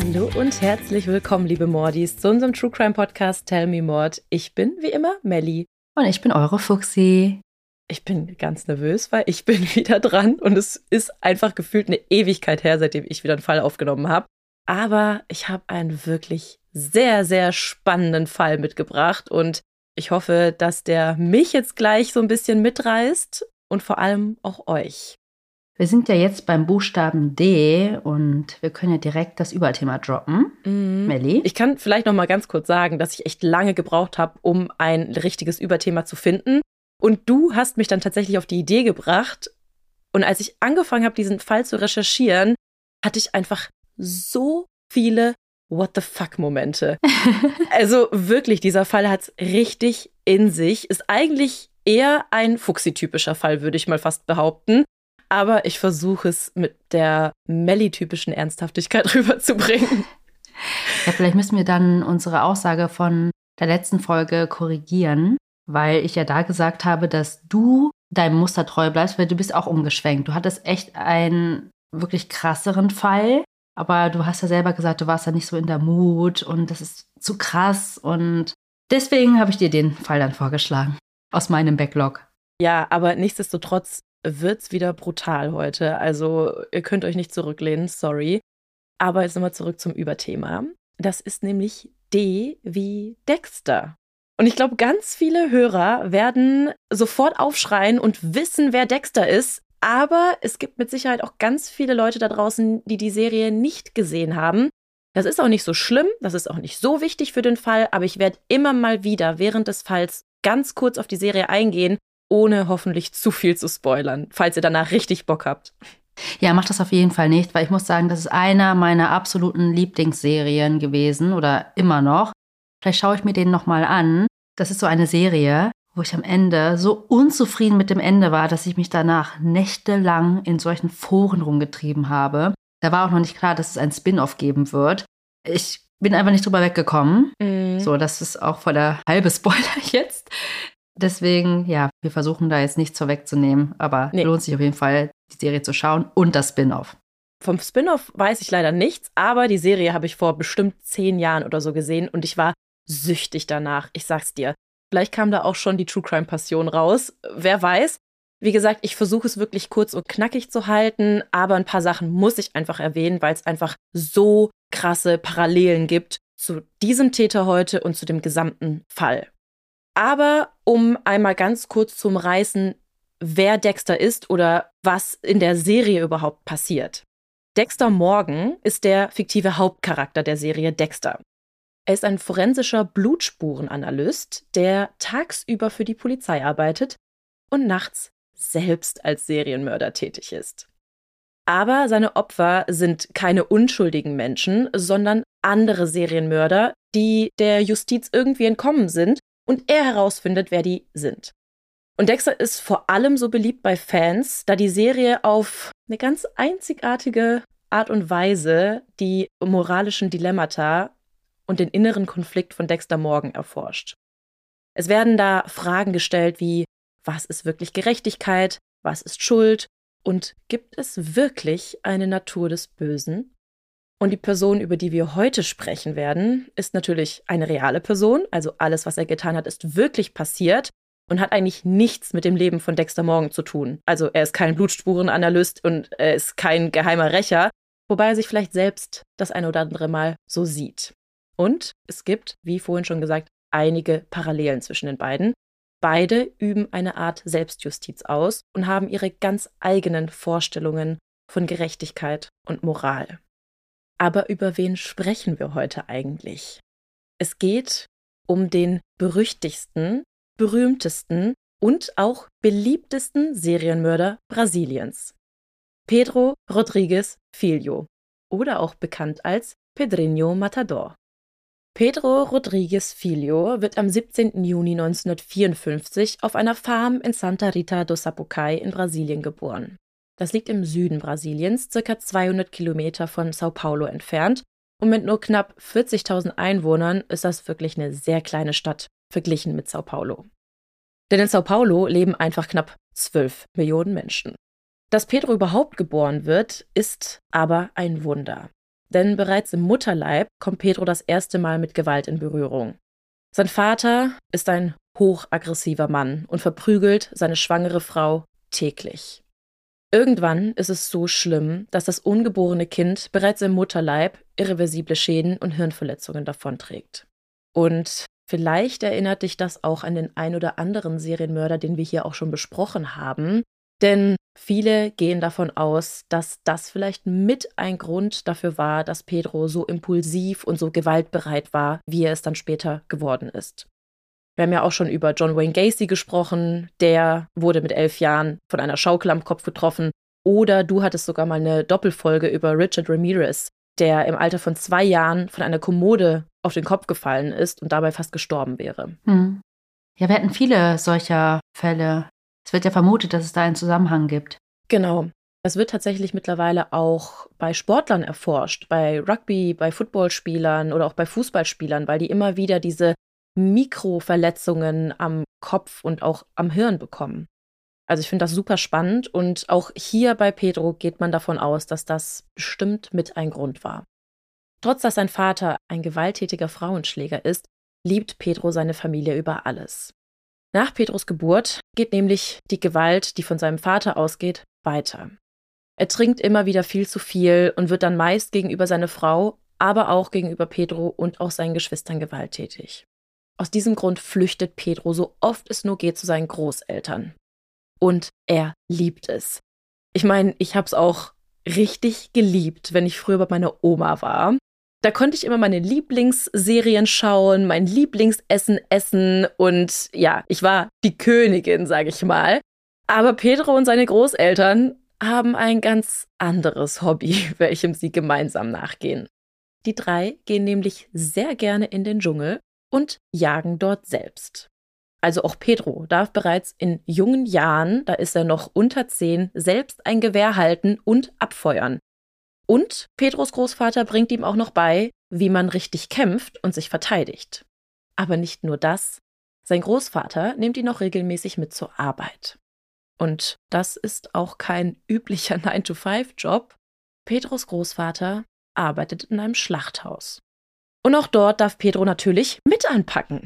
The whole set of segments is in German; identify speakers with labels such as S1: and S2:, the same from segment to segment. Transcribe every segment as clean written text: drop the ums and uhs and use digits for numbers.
S1: Hallo und herzlich willkommen, liebe Mordis, zu unserem True Crime Podcast Tell Me Mord. Ich bin, wie immer, Melli.
S2: Und ich bin eure Fuchsi.
S1: Ich bin ganz nervös, weil ich bin wieder dran und es ist einfach gefühlt eine Ewigkeit her, seitdem ich wieder einen Fall aufgenommen habe. Aber ich habe einen wirklich sehr, sehr spannenden Fall mitgebracht und ich hoffe, dass der mich jetzt gleich so ein bisschen mitreißt und vor allem auch euch.
S2: Wir sind ja jetzt beim Buchstaben D und wir können ja direkt das Überthema droppen. Melli?
S1: Ich kann vielleicht noch mal ganz kurz sagen, dass ich echt lange gebraucht habe, um ein richtiges Überthema zu finden. Und du hast mich dann tatsächlich auf die Idee gebracht. Und als ich angefangen habe, diesen Fall zu recherchieren, hatte ich einfach so viele What-the-fuck-Momente. Also wirklich, dieser Fall hat's richtig in sich. Ist eigentlich eher ein Fuchsi-typischer Fall, würde ich mal fast behaupten. Aber ich versuche es mit der Melli-typischen Ernsthaftigkeit rüberzubringen.
S2: Ja, vielleicht müssen wir dann unsere Aussage von der letzten Folge korrigieren, weil ich ja da gesagt habe, dass du deinem Muster treu bleibst, weil du bist auch umgeschwenkt. Du hattest echt einen wirklich krasseren Fall, aber du hast ja selber gesagt, du warst ja nicht so in der Mut und das ist zu krass. Und deswegen habe ich dir den Fall dann vorgeschlagen aus meinem Backlog.
S1: Ja, aber nichtsdestotrotz wird's wieder brutal heute. Also ihr könnt euch nicht zurücklehnen, sorry. Aber jetzt nochmal zurück zum Überthema. Das ist nämlich D wie Dexter. Und ich glaube, ganz viele Hörer werden sofort aufschreien und wissen, wer Dexter ist. Aber es gibt mit Sicherheit auch ganz viele Leute da draußen, die die Serie nicht gesehen haben. Das ist auch nicht so schlimm, das ist auch nicht so wichtig für den Fall, aber ich werde immer mal wieder während des Falls ganz kurz auf die Serie eingehen, ohne hoffentlich zu viel zu spoilern, falls ihr danach richtig Bock habt.
S2: Ja, mach das auf jeden Fall nicht, weil ich muss sagen, das ist einer meiner absoluten Lieblingsserien gewesen oder immer noch. Vielleicht schaue ich mir den nochmal an. Das ist so eine Serie, wo ich am Ende so unzufrieden mit dem Ende war, dass ich mich danach nächtelang in solchen Foren rumgetrieben habe. Da war auch noch nicht klar, dass es ein Spin-off geben wird. Ich bin einfach nicht drüber weggekommen. So, das ist auch voll der halbe Spoiler jetzt. Deswegen, ja, wir versuchen da jetzt nichts vorwegzunehmen, aber lohnt sich auf jeden Fall, die Serie zu schauen und das Spin-off.
S1: Vom Spin-off weiß ich leider nichts, aber die Serie habe ich vor bestimmt 10 Jahren oder so gesehen und ich war süchtig danach, ich sag's dir. Vielleicht kam da auch schon die True-Crime-Passion raus, wer weiß. Wie gesagt, ich versuche es wirklich kurz und knackig zu halten, aber ein paar Sachen muss ich einfach erwähnen, weil es einfach so krasse Parallelen gibt zu diesem Täter heute und zu dem gesamten Fall. Aber um einmal ganz kurz zu umreißen, wer Dexter ist oder was in der Serie überhaupt passiert. Dexter Morgan ist der fiktive Hauptcharakter der Serie Dexter. Er ist ein forensischer Blutspurenanalyst, der tagsüber für die Polizei arbeitet und nachts selbst als Serienmörder tätig ist. Aber seine Opfer sind keine unschuldigen Menschen, sondern andere Serienmörder, die der Justiz irgendwie entkommen sind und er herausfindet, wer die sind. Und Dexter ist vor allem so beliebt bei Fans, da die Serie auf eine ganz einzigartige Art und Weise die moralischen Dilemmata und den inneren Konflikt von Dexter Morgan erforscht. Es werden da Fragen gestellt wie, was ist wirklich Gerechtigkeit, was ist Schuld und gibt es wirklich eine Natur des Bösen? Und die Person, über die wir heute sprechen werden, ist natürlich eine reale Person, also alles, was er getan hat, ist wirklich passiert und hat eigentlich nichts mit dem Leben von Dexter Morgan zu tun. Also er ist kein Blutspurenanalyst und er ist kein geheimer Rächer, wobei er sich vielleicht selbst das ein oder andere Mal so sieht. Und es gibt, wie vorhin schon gesagt, einige Parallelen zwischen den beiden. Beide üben eine Art Selbstjustiz aus und haben ihre ganz eigenen Vorstellungen von Gerechtigkeit und Moral. Aber über wen sprechen wir heute eigentlich? Es geht um den berüchtigsten, berühmtesten und auch beliebtesten Serienmörder Brasiliens. Pedro Rodrigues Filho oder auch bekannt als Pedrinho Matador. Pedro Rodrigues Filho wird am 17. Juni 1954 auf einer Farm in Santa Rita do Sapucaí in Brasilien geboren. Das liegt im Süden Brasiliens, ca. 200 Kilometer von São Paulo entfernt. Und mit nur knapp 40.000 Einwohnern ist das wirklich eine sehr kleine Stadt, verglichen mit São Paulo. Denn in São Paulo leben einfach knapp 12 Millionen Menschen. Dass Pedro überhaupt geboren wird, ist aber ein Wunder. denn bereits im Mutterleib kommt Pedro das erste Mal mit Gewalt in Berührung. Sein Vater ist ein hochaggressiver Mann und verprügelt seine schwangere Frau täglich. Irgendwann ist es so schlimm, dass das ungeborene Kind bereits im Mutterleib irreversible Schäden und Hirnverletzungen davonträgt. Und vielleicht erinnert dich das auch an den ein oder anderen Serienmörder, den wir hier auch schon besprochen haben. Denn viele gehen davon aus, dass das vielleicht mit ein Grund dafür war, dass Pedro so impulsiv und so gewaltbereit war, wie er es dann später geworden ist. Wir haben ja auch schon über John Wayne Gacy gesprochen. Der wurde mit 11 Jahren von einer Schaukel am Kopf getroffen. Oder du hattest sogar mal eine Doppelfolge über Richard Ramirez, der im Alter von 2 Jahren von einer Kommode auf den Kopf gefallen ist und dabei fast gestorben wäre.
S2: Ja, wir hatten viele solcher Fälle. Es wird ja vermutet, dass es da einen Zusammenhang gibt.
S1: Genau. Das wird tatsächlich mittlerweile auch bei Sportlern erforscht, bei Rugby, bei Footballspielern oder auch bei Fußballspielern, weil die immer wieder diese Mikroverletzungen am Kopf und auch am Hirn bekommen. Also ich finde das super spannend und auch hier bei Pedro geht man davon aus, dass das bestimmt mit ein Grund war. Trotz dass sein Vater ein gewalttätiger Frauenschläger ist, liebt Pedro seine Familie über alles. Nach Pedros Geburt geht nämlich die Gewalt, die von seinem Vater ausgeht, weiter. Er trinkt immer wieder viel zu viel und wird dann meist gegenüber seiner Frau, aber auch gegenüber Pedro und auch seinen Geschwistern gewalttätig. Aus diesem Grund flüchtet Pedro so oft es nur geht zu seinen Großeltern. Und er liebt es. Ich meine, ich habe es auch richtig geliebt, wenn ich früher bei meiner Oma war. Da konnte ich immer meine Lieblingsserien schauen, mein Lieblingsessen essen und ja, ich war die Königin, sage ich mal. Aber Pedro und seine Großeltern haben ein ganz anderes Hobby, welchem sie gemeinsam nachgehen. Die 3 gehen nämlich sehr gerne in den Dschungel und jagen dort selbst. Also auch Pedro darf bereits in jungen Jahren, da ist er noch unter 10, selbst ein Gewehr halten und abfeuern. Und Pedros Großvater bringt ihm auch noch bei, wie man richtig kämpft und sich verteidigt. Aber nicht nur das, sein Großvater nimmt ihn auch regelmäßig mit zur Arbeit. Und das ist auch kein üblicher 9-to-5-Job. Pedros Großvater arbeitet in einem Schlachthaus. Und auch dort darf Pedro natürlich mit anpacken.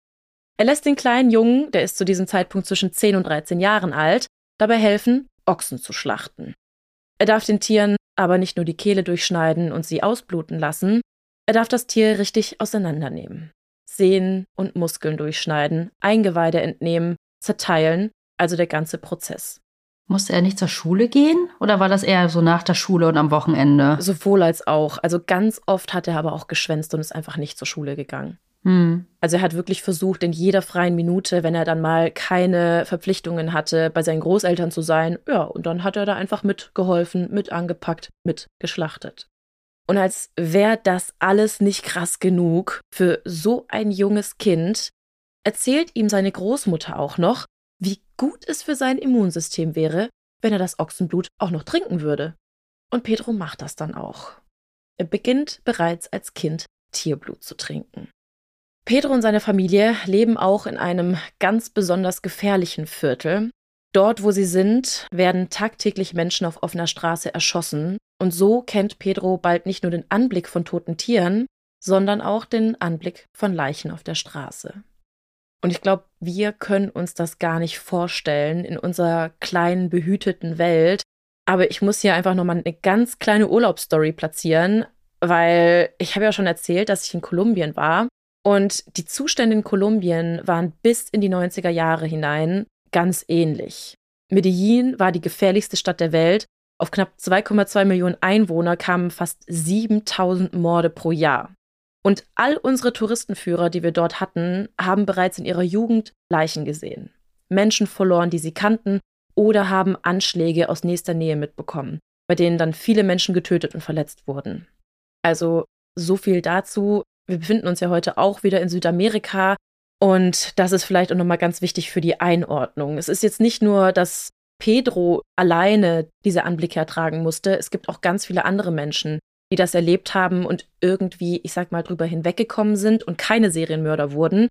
S1: Er lässt den kleinen Jungen, der ist zu diesem Zeitpunkt zwischen 10 und 13 Jahren alt, dabei helfen, Ochsen zu schlachten. Er darf den Tieren aber nicht nur die Kehle durchschneiden und sie ausbluten lassen, er darf das Tier richtig auseinandernehmen. Sehnen und Muskeln durchschneiden, Eingeweide entnehmen, zerteilen, also der ganze Prozess.
S2: Musste er nicht zur Schule gehen oder war das eher so nach der Schule und am Wochenende?
S1: Sowohl als auch. Also ganz oft hat er aber auch geschwänzt und ist einfach nicht zur Schule gegangen. Also er hat wirklich versucht, in jeder freien Minute, wenn er dann mal keine Verpflichtungen hatte, bei seinen Großeltern zu sein. Ja, und dann hat er da einfach mitgeholfen, mit angepackt, mit geschlachtet. Und als wäre das alles nicht krass genug für so ein junges Kind, erzählt ihm seine Großmutter auch noch, wie gut es für sein Immunsystem wäre, wenn er das Ochsenblut auch noch trinken würde. Und Pedro macht das dann auch. Er beginnt bereits als Kind Tierblut zu trinken. Pedro und seine Familie leben auch in einem ganz besonders gefährlichen Viertel. Dort, wo sie sind, werden tagtäglich Menschen auf offener Straße erschossen. Und so kennt Pedro bald nicht nur den Anblick von toten Tieren, sondern auch den Anblick von Leichen auf der Straße. Und ich glaube, wir können uns das gar nicht vorstellen in unserer kleinen, behüteten Welt. Aber ich muss hier einfach nochmal eine ganz kleine Urlaubsstory platzieren, weil ich habe ja schon erzählt, dass ich in Kolumbien war. Und die Zustände in Kolumbien waren bis in die 90er Jahre hinein ganz ähnlich. Medellin war die gefährlichste Stadt der Welt. Auf knapp 2,2 Millionen Einwohner kamen fast 7.000 Morde pro Jahr. Und all unsere Touristenführer, die wir dort hatten, haben bereits in ihrer Jugend Leichen gesehen. Menschen verloren, die sie kannten, oder haben Anschläge aus nächster Nähe mitbekommen, bei denen dann viele Menschen getötet und verletzt wurden. Also so viel dazu. Wir befinden uns ja heute auch wieder in Südamerika und das ist vielleicht auch nochmal ganz wichtig für die Einordnung. Es ist jetzt nicht nur, dass Pedro alleine diese Anblicke ertragen musste. Es gibt auch ganz viele andere Menschen, die das erlebt haben und irgendwie, ich sag mal, drüber hinweggekommen sind und keine Serienmörder wurden.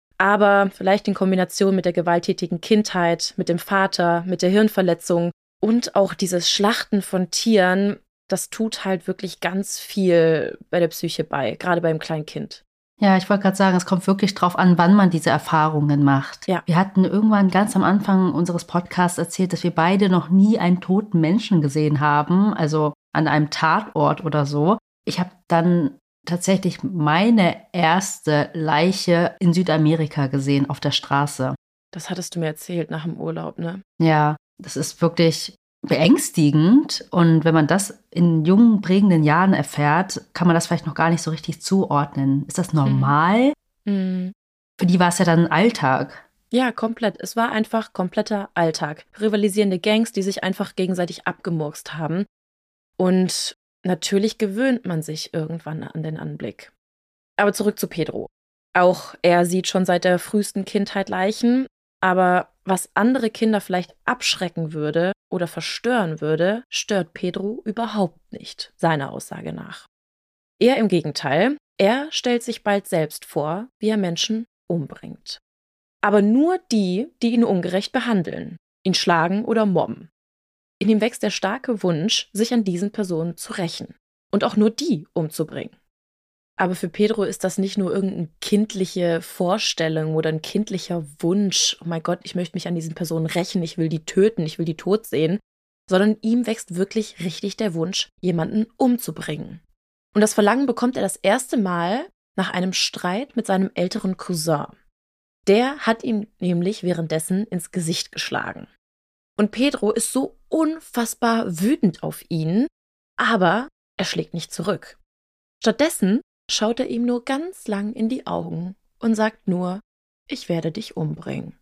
S1: Aber vielleicht in Kombination mit der gewalttätigen Kindheit, mit dem Vater, mit der Hirnverletzung und auch dieses Schlachten von Tieren, das tut halt wirklich ganz viel bei der Psyche bei, gerade beim kleinen Kind.
S2: Ja, ich wollte gerade sagen, es kommt wirklich drauf an, wann man diese Erfahrungen macht.
S1: Ja.
S2: Wir hatten irgendwann ganz am Anfang unseres Podcasts erzählt, dass wir beide noch nie einen toten Menschen gesehen haben, also an einem Tatort oder so. Ich habe dann tatsächlich meine erste Leiche in Südamerika gesehen, auf der Straße.
S1: Das hattest du mir erzählt nach dem Urlaub, ne?
S2: Ja, das ist wirklich beängstigend. Und wenn man das in jungen, prägenden Jahren erfährt, kann man das vielleicht noch gar nicht so richtig zuordnen. Ist das normal?
S1: Mhm.
S2: Für die war es ja dann Alltag.
S1: Ja, komplett. Es war einfach kompletter Alltag. Rivalisierende Gangs, die sich einfach gegenseitig abgemurkst haben. Und natürlich gewöhnt man sich irgendwann an den Anblick. Aber zurück zu Pedro. Auch er sieht schon seit der frühesten Kindheit Leichen. Aber was andere Kinder vielleicht abschrecken würde oder verstören würde, stört Pedro überhaupt nicht, seiner Aussage nach. Eher im Gegenteil, er stellt sich bald selbst vor, wie er Menschen umbringt. Aber nur die, die ihn ungerecht behandeln, ihn schlagen oder mobben. In ihm wächst der starke Wunsch, sich an diesen Personen zu rächen und auch nur die umzubringen. Aber für Pedro ist das nicht nur irgendeine kindliche Vorstellung oder ein kindlicher Wunsch, oh mein Gott, ich möchte mich an diesen Personen rächen, ich will die töten, ich will die tot sehen, sondern ihm wächst wirklich richtig der Wunsch, jemanden umzubringen. Und das Verlangen bekommt er das erste Mal nach einem Streit mit seinem älteren Cousin. Der hat ihm nämlich währenddessen ins Gesicht geschlagen. Und Pedro ist so unfassbar wütend auf ihn, aber er schlägt nicht zurück. Stattdessen schaut er ihm nur ganz lang in die Augen und sagt nur, ich werde dich umbringen.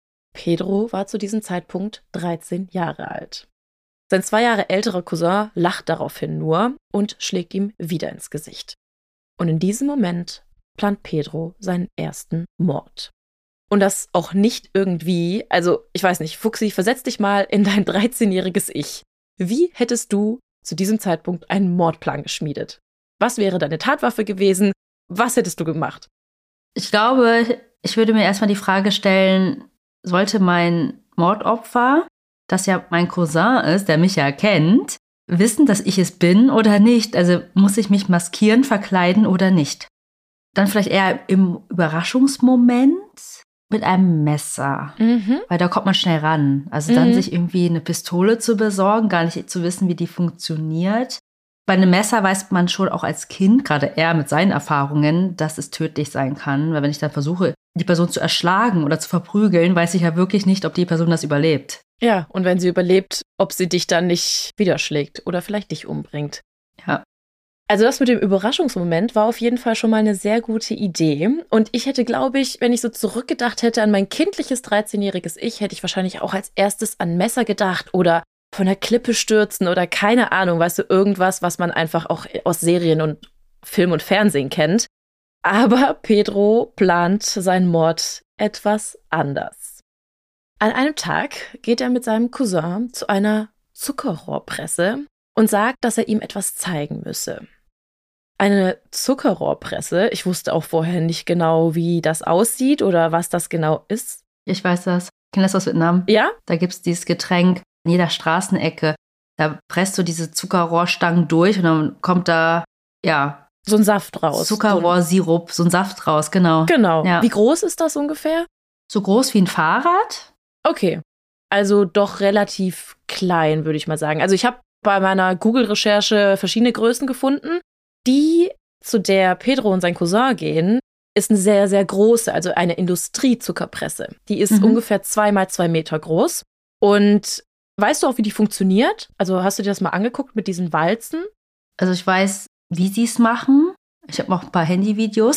S1: Pedro war zu diesem Zeitpunkt 13 Jahre alt. Sein 2 Jahre älterer Cousin lacht daraufhin nur und schlägt ihm wieder ins Gesicht. Und in diesem Moment plant Pedro seinen ersten Mord. Und das auch nicht irgendwie, also ich weiß nicht, Fuchsi, versetz dich mal in dein 13-jähriges Ich. Wie hättest du zu diesem Zeitpunkt einen Mordplan geschmiedet? Was wäre deine Tatwaffe gewesen? Was hättest du gemacht?
S2: Ich glaube, ich würde mir erstmal die Frage stellen, sollte mein Mordopfer, das ja mein Cousin ist, der mich ja kennt, wissen, dass ich es bin oder nicht? Also muss ich mich maskieren, verkleiden oder nicht? Dann vielleicht eher im Überraschungsmoment mit einem Messer, weil da kommt man schnell ran. Also dann sich irgendwie eine Pistole zu besorgen, gar nicht zu wissen, wie die funktioniert. Bei einem Messer weiß man schon auch als Kind, gerade er mit seinen Erfahrungen, dass es tödlich sein kann. Weil wenn ich dann versuche, die Person zu erschlagen oder zu verprügeln, weiß ich ja wirklich nicht, ob die Person das überlebt.
S1: Ja, und wenn sie überlebt, ob sie dich dann nicht wieder schlägt oder vielleicht dich umbringt.
S2: Ja.
S1: Also das mit dem Überraschungsmoment war auf jeden Fall schon mal eine sehr gute Idee. Und ich hätte, glaube ich, wenn ich so zurückgedacht hätte an mein kindliches 13-jähriges Ich, hätte ich wahrscheinlich auch als erstes an Messer gedacht oder von der Klippe stürzen oder keine Ahnung, weißt du, irgendwas, was man einfach auch aus Serien und Film und Fernsehen kennt. Aber Pedro plant seinen Mord etwas anders. An einem Tag geht er mit seinem Cousin zu einer Zuckerrohrpresse und sagt, dass er ihm etwas zeigen müsse. Eine Zuckerrohrpresse, ich wusste auch vorher nicht genau, wie das aussieht oder was das genau ist.
S2: Ich weiß das. Ich kenne das aus Vietnam.
S1: Ja?
S2: Da gibt es dieses Getränk in jeder Straßenecke. Da presst du diese Zuckerrohrstangen durch und dann kommt da, ja,
S1: so ein Saft raus.
S2: Zuckerrohrsirup, so ein Saft raus, genau.
S1: Genau.
S2: Ja.
S1: Wie groß ist das ungefähr?
S2: So groß wie ein Fahrrad?
S1: Okay. Also doch relativ klein, würde ich mal sagen. Also ich habe bei meiner Google-Recherche verschiedene Größen gefunden. Die, zu der Pedro und sein Cousin gehen, ist eine sehr, sehr große, also eine Industriezuckerpresse. Die ist ungefähr 2 mal 2 Meter groß. Und weißt du auch, wie die funktioniert? Also hast du dir das mal angeguckt mit diesen Walzen?
S2: Also ich weiß, wie sie es machen. Ich habe noch ein paar Handyvideos.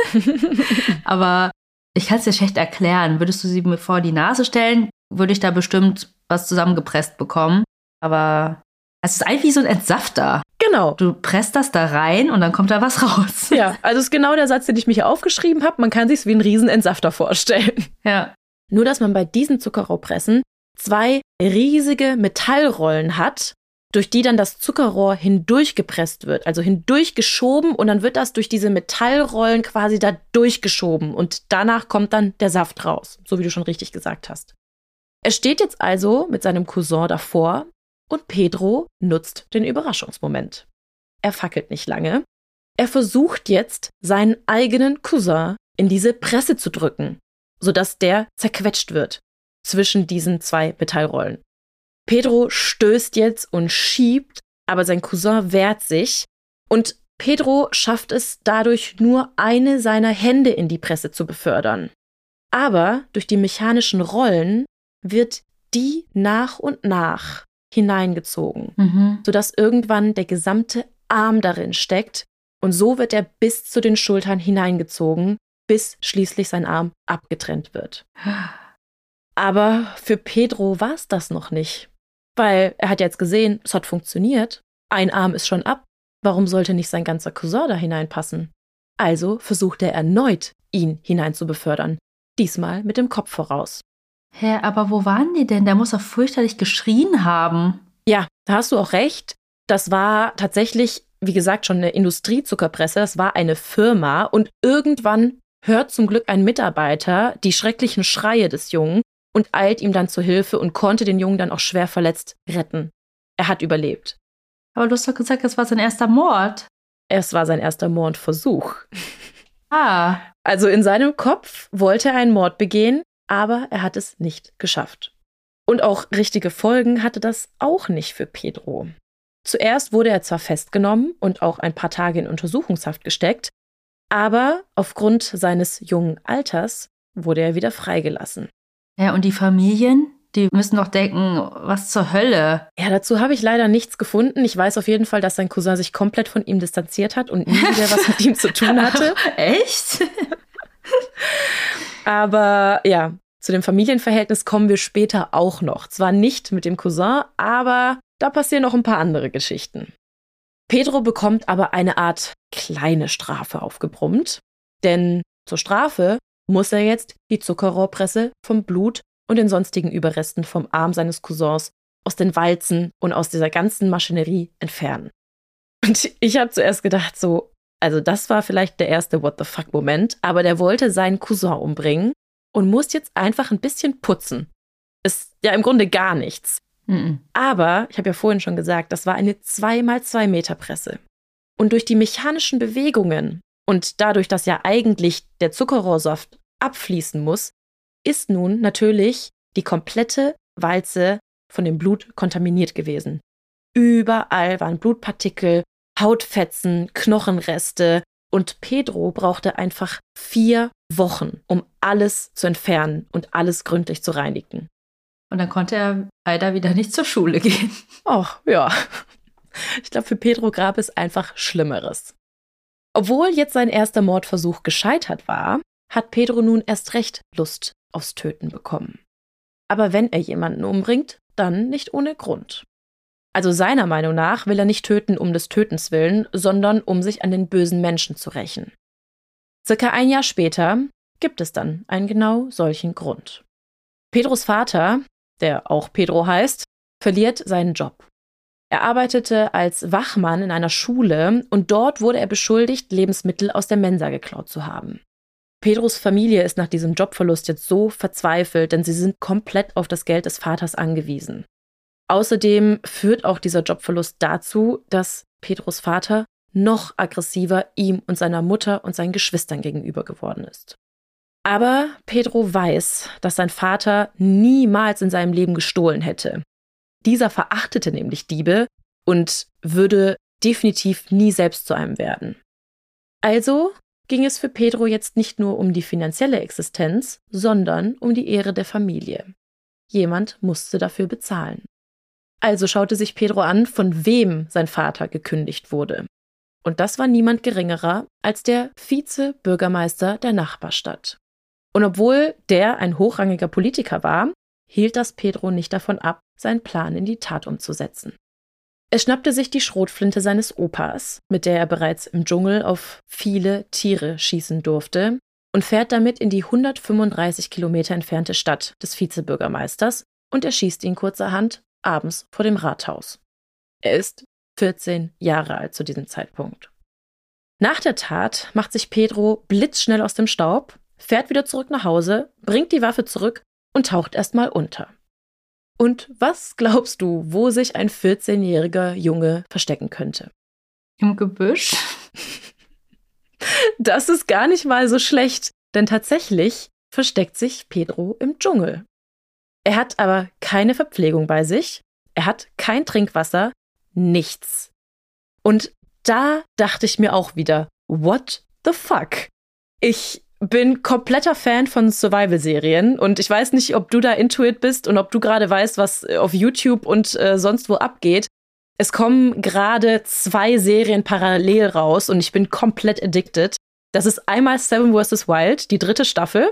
S2: Aber ich kann es dir schlecht erklären. Würdest du sie mir vor die Nase stellen, würde ich da bestimmt was zusammengepresst bekommen. Aber es ist eigentlich wie so ein Entsafter.
S1: Genau.
S2: Du presst das da rein und dann kommt da was raus.
S1: Ja, also ist genau der Satz, den ich mir hier aufgeschrieben habe. Man kann sich es wie einen riesen Entsafter vorstellen.
S2: Ja.
S1: Nur, dass man bei diesen Zuckerrohrpressen 2 riesige Metallrollen hat, durch die dann das Zuckerrohr hindurchgepresst wird, also hindurchgeschoben und dann wird das durch diese Metallrollen quasi da durchgeschoben und danach kommt dann der Saft raus, so wie du schon richtig gesagt hast. Er steht jetzt also mit seinem Cousin davor Und Pedro nutzt den Überraschungsmoment. Er fackelt nicht lange. Er versucht jetzt, seinen eigenen Cousin in diese Presse zu drücken, sodass der zerquetscht wird zwischen diesen zwei Metallrollen. Pedro stößt jetzt und schiebt, aber sein Cousin wehrt sich und Pedro schafft es dadurch nur, eine seiner Hände in die Presse zu befördern. Aber durch die mechanischen Rollen wird die nach und nach hineingezogen, sodass irgendwann der gesamte Arm darin steckt und so wird er bis zu den Schultern hineingezogen, bis schließlich sein Arm abgetrennt wird. Aber für Pedro war es das noch nicht, weil er hat jetzt gesehen, es hat funktioniert, ein Arm ist schon ab, warum sollte nicht sein ganzer Cousin da hineinpassen? Also versucht er erneut, ihn hinein zu befördern, diesmal mit dem Kopf voraus.
S2: Hä, aber wo waren die denn? Der muss doch fürchterlich geschrien haben.
S1: Ja, da hast du auch recht. Das war tatsächlich, wie gesagt, schon eine Industriezuckerpresse. Das war eine Firma. Und irgendwann hört zum Glück ein Mitarbeiter die schrecklichen Schreie des Jungen und eilt ihm dann zur Hilfe und konnte den Jungen dann auch schwer verletzt retten. Er hat überlebt.
S2: Aber du hast doch gesagt, es war sein erster Mord.
S1: Es war sein erster Mordversuch.
S2: Ah.
S1: Also in seinem Kopf wollte er einen Mord begehen, aber er hat es nicht geschafft. Und auch richtige Folgen hatte das auch nicht für Pedro. Zuerst wurde er zwar festgenommen und auch ein paar Tage in Untersuchungshaft gesteckt, aber aufgrund seines jungen Alters wurde er wieder freigelassen.
S2: Ja, und die Familien, die müssen doch denken, was zur Hölle?
S1: Ja, dazu habe ich leider nichts gefunden. Ich weiß auf jeden Fall, dass sein Cousin sich komplett von ihm distanziert hat und nie wieder was mit ihm zu tun hatte.
S2: Echt?
S1: Aber ja, zu dem Familienverhältnis kommen wir später auch noch. Zwar nicht mit dem Cousin, aber da passieren noch ein paar andere Geschichten. Pedro bekommt aber eine Art kleine Strafe aufgebrummt, denn zur Strafe muss er jetzt die Zuckerrohrpresse vom Blut und den sonstigen Überresten vom Arm seines Cousins aus den Walzen und aus dieser ganzen Maschinerie entfernen. Und ich habe zuerst gedacht so, also das war vielleicht der erste What-the-fuck-Moment, aber der wollte seinen Cousin umbringen und muss jetzt einfach ein bisschen putzen. Ist ja im Grunde gar nichts. Aber, ich habe ja vorhin schon gesagt, das war eine 2x2 Meter Presse. Und durch die mechanischen Bewegungen und dadurch, dass ja eigentlich der Zuckerrohrsaft abfließen muss, ist nun natürlich die komplette Walze von dem Blut kontaminiert gewesen. Überall waren Blutpartikel, Hautfetzen, Knochenreste und Pedro brauchte einfach 4 Wochen, um alles zu entfernen und alles gründlich zu reinigen.
S2: Und dann konnte er leider wieder nicht zur Schule gehen.
S1: Ach, ja. Ich glaube, für Pedro gab es einfach Schlimmeres. Obwohl jetzt sein erster Mordversuch gescheitert war, hat Pedro nun erst recht Lust aufs Töten bekommen. Aber wenn er jemanden umbringt, dann nicht ohne Grund. Also seiner Meinung nach will er nicht töten um des Tötens willen, sondern um sich an den bösen Menschen zu rächen. Circa ein Jahr später gibt es dann einen genau solchen Grund. Pedros Vater, der auch Pedro heißt, verliert seinen Job. Er arbeitete als Wachmann in einer Schule und dort wurde er beschuldigt, Lebensmittel aus der Mensa geklaut zu haben. Pedros Familie ist nach diesem Jobverlust jetzt so verzweifelt, denn sie sind komplett auf das Geld des Vaters angewiesen. Außerdem führt auch dieser Jobverlust dazu, dass Pedros Vater noch aggressiver ihm und seiner Mutter und seinen Geschwistern gegenüber geworden ist. Aber Pedro weiß, dass sein Vater niemals in seinem Leben gestohlen hätte. Dieser verachtete nämlich Diebe und würde definitiv nie selbst zu einem werden. Also ging es für Pedro jetzt nicht nur um die finanzielle Existenz, sondern um die Ehre der Familie. Jemand musste dafür bezahlen. Also schaute sich Pedro an, von wem sein Vater gekündigt wurde. Und das war niemand geringerer als der Vizebürgermeister der Nachbarstadt. Und obwohl der ein hochrangiger Politiker war, hielt das Pedro nicht davon ab, seinen Plan in die Tat umzusetzen. Er schnappte sich die Schrotflinte seines Opas, mit der er bereits im Dschungel auf viele Tiere schießen durfte, und fährt damit in die 135 Kilometer entfernte Stadt des Vizebürgermeisters und erschießt ihn kurzerhand abends vor dem Rathaus. Er ist 14 Jahre alt zu diesem Zeitpunkt. Nach der Tat macht sich Pedro blitzschnell aus dem Staub, fährt wieder zurück nach Hause, bringt die Waffe zurück und taucht erstmal unter. Und was glaubst du, wo sich ein 14-jähriger Junge verstecken könnte?
S2: Im Gebüsch?
S1: Das ist gar nicht mal so schlecht, denn tatsächlich versteckt sich Pedro im Dschungel. Er hat aber keine Verpflegung bei sich, er hat kein Trinkwasser, nichts. Und da dachte ich mir auch wieder, what the fuck? Ich bin kompletter Fan von Survival-Serien und ich weiß nicht, ob du da into it bist und ob du gerade weißt, was auf YouTube und sonst wo abgeht. Es kommen gerade 2 Serien parallel raus und ich bin komplett addicted. Das ist einmal Seven vs. Wild, die 3. Staffel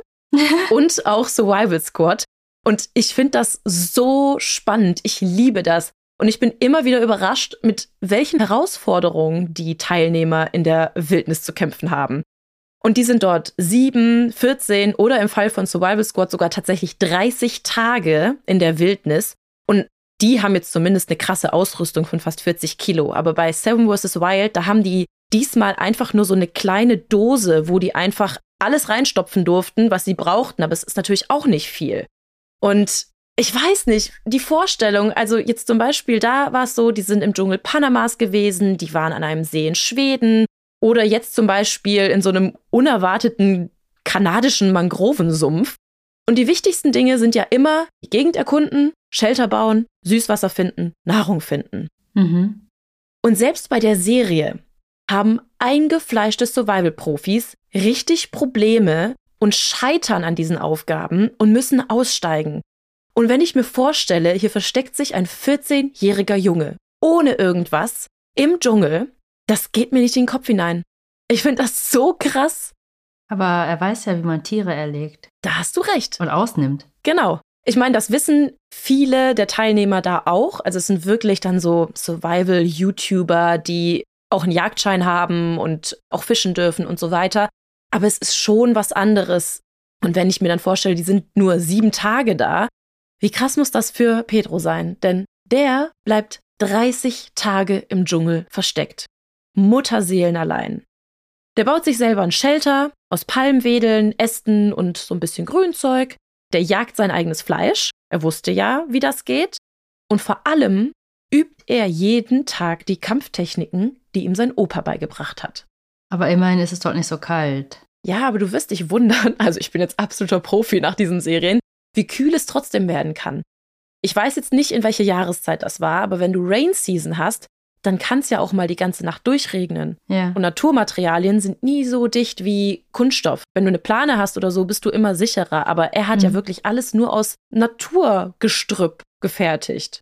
S1: und auch Survival Squad. Und ich finde das so spannend. Ich liebe das. Und ich bin immer wieder überrascht, mit welchen Herausforderungen die Teilnehmer in der Wildnis zu kämpfen haben. Und die sind dort 7, 14 oder im Fall von Survival Squad sogar tatsächlich 30 Tage in der Wildnis. Und die haben jetzt zumindest eine krasse Ausrüstung von fast 40 Kilo. Aber bei Seven vs. Wild, da haben die diesmal einfach nur so eine kleine Dose, wo die einfach alles reinstopfen durften, was sie brauchten. Aber es ist natürlich auch nicht viel. Und ich weiß nicht, die Vorstellung, also jetzt zum Beispiel, da war es so, die sind im Dschungel Panamas gewesen, die waren an einem See in Schweden oder jetzt zum Beispiel in so einem unerwarteten kanadischen Mangrovensumpf. Und die wichtigsten Dinge sind ja immer die Gegend erkunden, Shelter bauen, Süßwasser finden, Nahrung finden.
S2: Mhm.
S1: Und selbst bei der Serie haben eingefleischte Survival-Profis richtig Probleme und scheitern an diesen Aufgaben und müssen aussteigen. Und wenn ich mir vorstelle, hier versteckt sich ein 14-jähriger Junge ohne irgendwas im Dschungel, das geht mir nicht in den Kopf hinein. Ich finde das so krass.
S2: Aber er weiß ja, wie man Tiere erlegt.
S1: Da hast du recht.
S2: Und ausnimmt.
S1: Genau. Ich meine, das wissen viele der Teilnehmer da auch. Also es sind wirklich dann so Survival-YouTuber, die auch einen Jagdschein haben und auch fischen dürfen und so weiter. Aber es ist schon was anderes. Und wenn ich mir dann vorstelle, die sind nur 7 Tage da, wie krass muss das für Pedro sein? Denn der bleibt 30 Tage im Dschungel versteckt. Mutterseelen allein. Der baut sich selber ein Shelter aus Palmwedeln, Ästen und so ein bisschen Grünzeug. Der jagt sein eigenes Fleisch. Er wusste ja, wie das geht. Und vor allem übt er jeden Tag die Kampftechniken, die ihm sein Opa beigebracht hat.
S2: Aber immerhin ist es dort nicht so kalt.
S1: Ja, aber du wirst dich wundern, also ich bin jetzt absoluter Profi nach diesen Serien, wie kühl es trotzdem werden kann. Ich weiß jetzt nicht, in welche Jahreszeit das war, aber wenn du Rain Season hast, dann kann es ja auch mal die ganze Nacht durchregnen.
S2: Ja.
S1: Und Naturmaterialien sind nie so dicht wie Kunststoff. Wenn du eine Plane hast oder so, bist du immer sicherer. Aber er hat ja wirklich alles nur aus Naturgestrüpp gefertigt.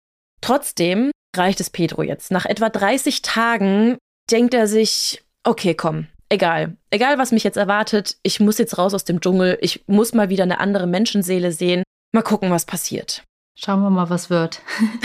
S1: Trotzdem reicht es Pedro jetzt. Nach etwa 30 Tagen denkt er sich, okay, komm, egal. Egal, was mich jetzt erwartet, ich muss jetzt raus aus dem Dschungel. Ich muss mal wieder eine andere Menschenseele sehen. Mal gucken, was passiert.
S2: Schauen wir mal, was wird.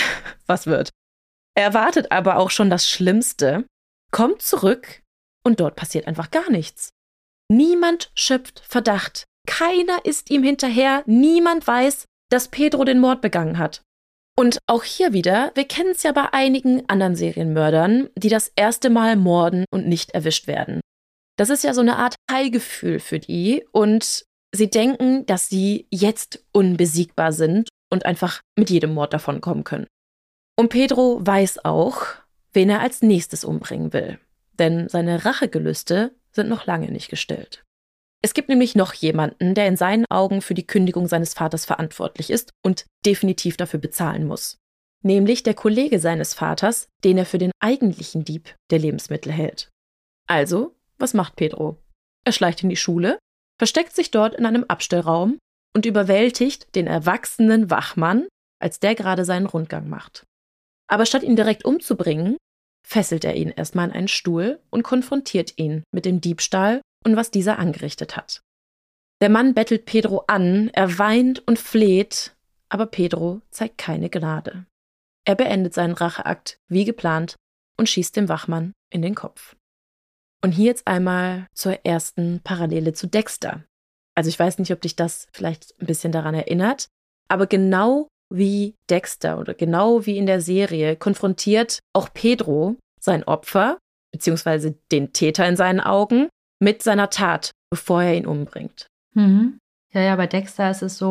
S1: Was wird. Er erwartet aber auch schon das Schlimmste, kommt zurück und dort passiert einfach gar nichts. Niemand schöpft Verdacht. Keiner ist ihm hinterher. Niemand weiß, dass Pedro den Mord begangen hat. Und auch hier wieder, wir kennen es ja bei einigen anderen Serienmördern, die das erste Mal morden und nicht erwischt werden. Das ist ja so eine Art High-Gefühl für die und sie denken, dass sie jetzt unbesiegbar sind und einfach mit jedem Mord davonkommen können. Und Pedro weiß auch, wen er als nächstes umbringen will. Denn seine Rachegelüste sind noch lange nicht gestillt. Es gibt nämlich noch jemanden, der in seinen Augen für die Kündigung seines Vaters verantwortlich ist und definitiv dafür bezahlen muss. Nämlich der Kollege seines Vaters, den er für den eigentlichen Dieb der Lebensmittel hält. Also, was macht Pedro? Er schleicht in die Schule, versteckt sich dort in einem Abstellraum und überwältigt den erwachsenen Wachmann, als der gerade seinen Rundgang macht. Aber statt ihn direkt umzubringen, fesselt er ihn erstmal an einen Stuhl und konfrontiert ihn mit dem Diebstahl und was dieser angerichtet hat. Der Mann bettelt Pedro an, er weint und fleht, aber Pedro zeigt keine Gnade. Er beendet seinen Racheakt wie geplant und schießt dem Wachmann in den Kopf. Und hier jetzt einmal zur ersten Parallele zu Dexter. Also ich weiß nicht, ob dich das vielleicht ein bisschen daran erinnert, aber genau wie Dexter oder genau wie in der Serie konfrontiert auch Pedro sein Opfer, beziehungsweise den Täter in seinen Augen, mit seiner Tat, bevor er ihn umbringt.
S2: Mhm. Ja, bei Dexter ist es so,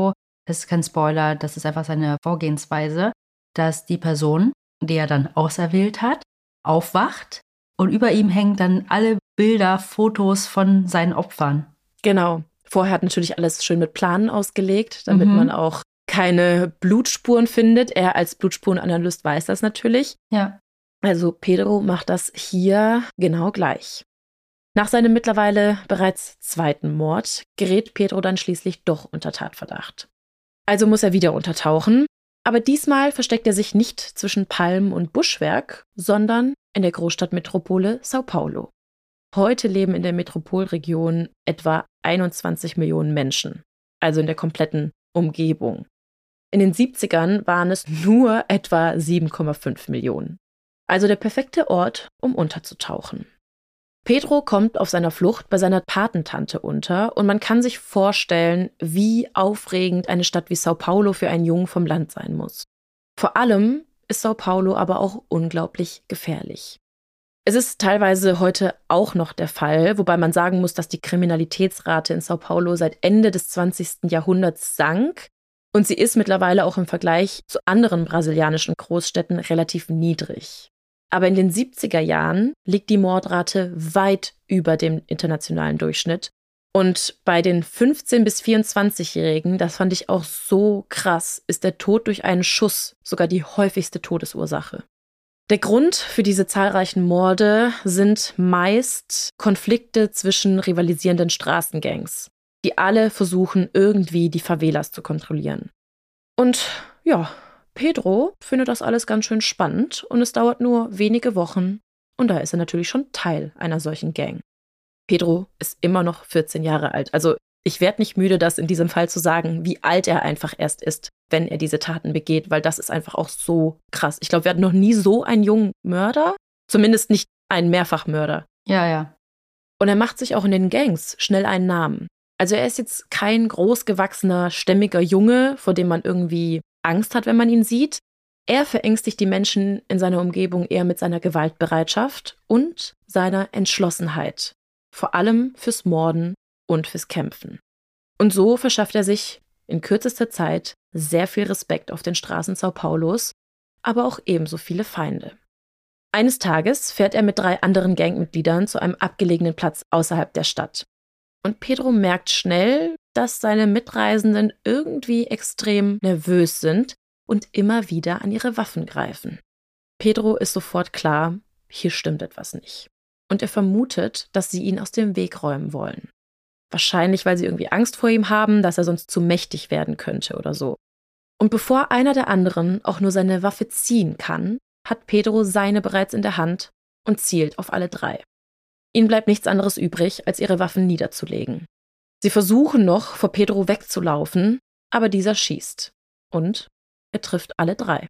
S2: das ist kein Spoiler, das ist einfach seine Vorgehensweise, dass die Person, die er dann auserwählt hat, aufwacht und über ihm hängen dann alle Bilder, Fotos von seinen Opfern.
S1: Genau. Vorher hat natürlich alles schön mit Planen ausgelegt, damit man auch keine Blutspuren findet. Er als Blutspurenanalyst weiß das natürlich.
S2: Ja.
S1: Also Pedro macht das hier genau gleich. Nach seinem mittlerweile bereits zweiten Mord gerät Pedro dann schließlich doch unter Tatverdacht. Also muss er wieder untertauchen, aber diesmal versteckt er sich nicht zwischen Palmen und Buschwerk, sondern in der Großstadtmetropole Sao Paulo. Heute leben in der Metropolregion etwa 21 Millionen Menschen, also in der kompletten Umgebung. In den 70ern waren es nur etwa 7,5 Millionen. Also der perfekte Ort, um unterzutauchen. Pedro kommt auf seiner Flucht bei seiner Patentante unter und man kann sich vorstellen, wie aufregend eine Stadt wie Sao Paulo für einen Jungen vom Land sein muss. Vor allem ist Sao Paulo aber auch unglaublich gefährlich. Es ist teilweise heute auch noch der Fall, wobei man sagen muss, dass die Kriminalitätsrate in Sao Paulo seit Ende des 20. Jahrhunderts sank und sie ist mittlerweile auch im Vergleich zu anderen brasilianischen Großstädten relativ niedrig. Aber in den 70er Jahren liegt die Mordrate weit über dem internationalen Durchschnitt. Und bei den 15- bis 24-Jährigen, das fand ich auch so krass, ist der Tod durch einen Schuss sogar die häufigste Todesursache. Der Grund für diese zahlreichen Morde sind meist Konflikte zwischen rivalisierenden Straßengangs, die alle versuchen, irgendwie die Favelas zu kontrollieren. Und ja, Pedro findet das alles ganz schön spannend und es dauert nur wenige Wochen und da ist er natürlich schon Teil einer solchen Gang. Pedro ist immer noch 14 Jahre alt, also ich werde nicht müde, das in diesem Fall zu sagen, wie alt er einfach erst ist, wenn er diese Taten begeht, weil das ist einfach auch so krass. Ich glaube, wir hatten noch nie so einen jungen Mörder, zumindest nicht einen Mehrfachmörder.
S2: Ja.
S1: Und er macht sich auch in den Gangs schnell einen Namen. Also er ist jetzt kein großgewachsener, stämmiger Junge, vor dem man irgendwie Angst hat, wenn man ihn sieht. Er verängstigt die Menschen in seiner Umgebung eher mit seiner Gewaltbereitschaft und seiner Entschlossenheit. Vor allem fürs Morden und fürs Kämpfen. Und so verschafft er sich in kürzester Zeit sehr viel Respekt auf den Straßen Sao Paulos, aber auch ebenso viele Feinde. Eines Tages fährt er mit 3 anderen Gangmitgliedern zu einem abgelegenen Platz außerhalb der Stadt. Und Pedro merkt schnell, dass seine Mitreisenden irgendwie extrem nervös sind und immer wieder an ihre Waffen greifen. Pedro ist sofort klar, hier stimmt etwas nicht. Und er vermutet, dass sie ihn aus dem Weg räumen wollen. Wahrscheinlich, weil sie irgendwie Angst vor ihm haben, dass er sonst zu mächtig werden könnte oder so. Und bevor einer der anderen auch nur seine Waffe ziehen kann, hat Pedro seine bereits in der Hand und zielt auf alle 3. Ihnen bleibt nichts anderes übrig, als ihre Waffen niederzulegen. Sie versuchen noch, vor Pedro wegzulaufen, aber dieser schießt. Und er trifft alle 3.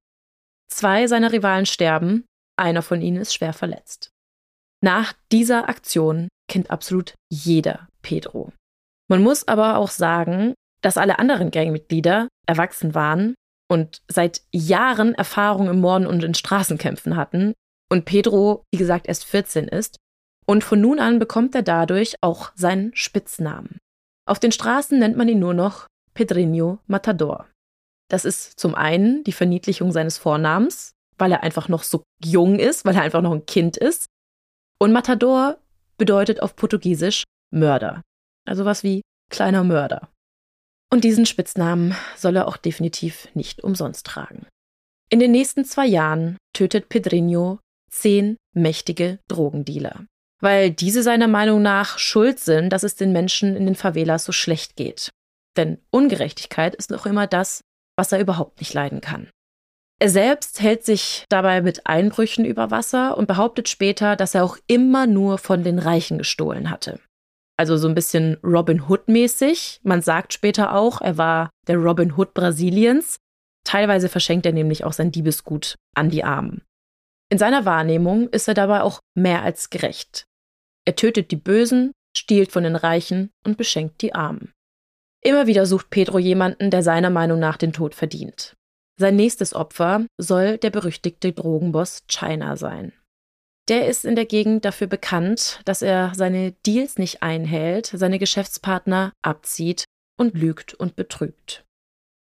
S1: 2 seiner Rivalen sterben, einer von ihnen ist schwer verletzt. Nach dieser Aktion kennt absolut jeder Pedro. Man muss aber auch sagen, dass alle anderen Gangmitglieder erwachsen waren und seit Jahren Erfahrung im Morden und in Straßenkämpfen hatten und Pedro, wie gesagt, erst 14 ist. Und von nun an bekommt er dadurch auch seinen Spitznamen. Auf den Straßen nennt man ihn nur noch Pedrinho Matador. Das ist zum einen die Verniedlichung seines Vornamens, weil er einfach noch so jung ist, weil er einfach noch ein Kind ist. Und Matador bedeutet auf Portugiesisch Mörder. Also was wie kleiner Mörder. Und diesen Spitznamen soll er auch definitiv nicht umsonst tragen. In den nächsten 2 Jahren tötet Pedrinho 10 mächtige Drogendealer, weil diese seiner Meinung nach schuld sind, dass es den Menschen in den Favelas so schlecht geht. Denn Ungerechtigkeit ist noch immer das, was er überhaupt nicht leiden kann. Er selbst hält sich dabei mit Einbrüchen über Wasser und behauptet später, dass er auch immer nur von den Reichen gestohlen hatte. Also so ein bisschen Robin Hood-mäßig. Man sagt später auch, er war der Robin Hood Brasiliens. Teilweise verschenkt er nämlich auch sein Diebesgut an die Armen. In seiner Wahrnehmung ist er dabei auch mehr als gerecht. Er tötet die Bösen, stiehlt von den Reichen und beschenkt die Armen. Immer wieder sucht Pedro jemanden, der seiner Meinung nach den Tod verdient. Sein nächstes Opfer soll der berüchtigte Drogenboss China sein. Der ist in der Gegend dafür bekannt, dass er seine Deals nicht einhält, seine Geschäftspartner abzieht und lügt und betrügt.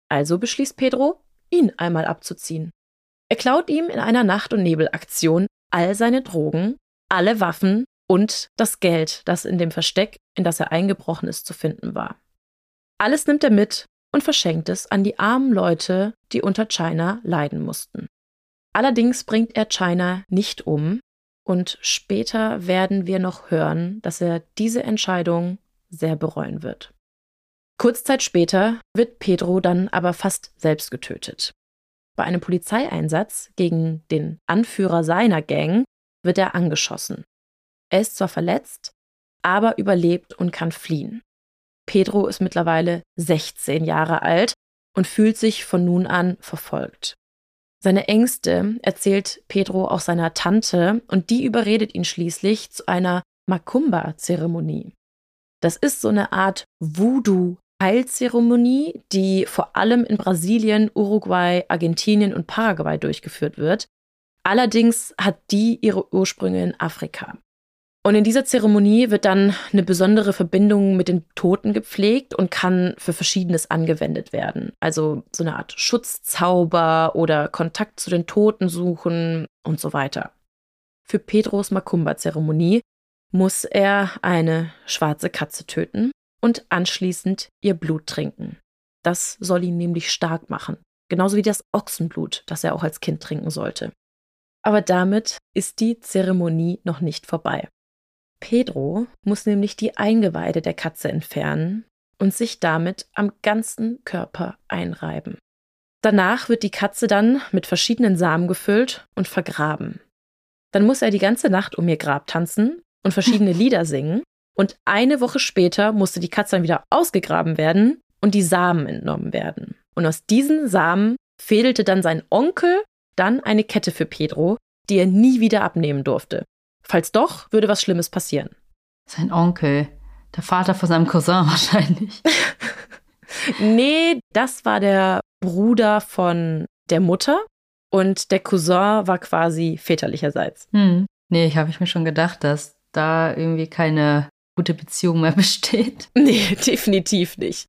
S1: Also beschließt Pedro, ihn einmal abzuziehen. Er klaut ihm in einer Nacht- und Nebelaktion all seine Drogen, alle Waffen und das Geld, das in dem Versteck, in das er eingebrochen ist, zu finden war. Alles nimmt er mit und verschenkt es an die armen Leute, die unter China leiden mussten. Allerdings bringt er China nicht um und später werden wir noch hören, dass er diese Entscheidung sehr bereuen wird. Kurz Zeit später wird Pedro dann aber fast selbst getötet. Bei einem Polizeieinsatz gegen den Anführer seiner Gang wird er angeschossen. Er ist zwar verletzt, aber überlebt und kann fliehen. Pedro ist mittlerweile 16 Jahre alt und fühlt sich von nun an verfolgt. Seine Ängste erzählt Pedro auch seiner Tante und die überredet ihn schließlich zu einer Macumba-Zeremonie. Das ist so eine Art Voodoo-Heilzeremonie, die vor allem in Brasilien, Uruguay, Argentinien und Paraguay durchgeführt wird. Allerdings hat die ihre Ursprünge in Afrika. Und in dieser Zeremonie wird dann eine besondere Verbindung mit den Toten gepflegt und kann für Verschiedenes angewendet werden. Also so eine Art Schutzzauber oder Kontakt zu den Toten suchen und so weiter. Für Pedros Macumba-Zeremonie muss er eine schwarze Katze töten und anschließend ihr Blut trinken. Das soll ihn nämlich stark machen, genauso wie das Ochsenblut, das er auch als Kind trinken sollte. Aber damit ist die Zeremonie noch nicht vorbei. Pedro muss nämlich die Eingeweide der Katze entfernen und sich damit am ganzen Körper einreiben. Danach wird die Katze dann mit verschiedenen Samen gefüllt und vergraben. Dann muss er die ganze Nacht um ihr Grab tanzen und verschiedene Lieder singen und eine Woche später musste die Katze dann wieder ausgegraben werden und die Samen entnommen werden. Und aus diesen Samen fädelte dann sein Onkel dann eine Kette für Pedro, die er nie wieder abnehmen durfte. Falls doch, würde was Schlimmes passieren.
S2: Sein Onkel, der Vater von seinem Cousin wahrscheinlich.
S1: Nee, das war der Bruder von der Mutter und der Cousin war quasi väterlicherseits.
S2: Nee, habe ich mir schon gedacht, dass da irgendwie keine gute Beziehung mehr besteht.
S1: Nee, definitiv nicht.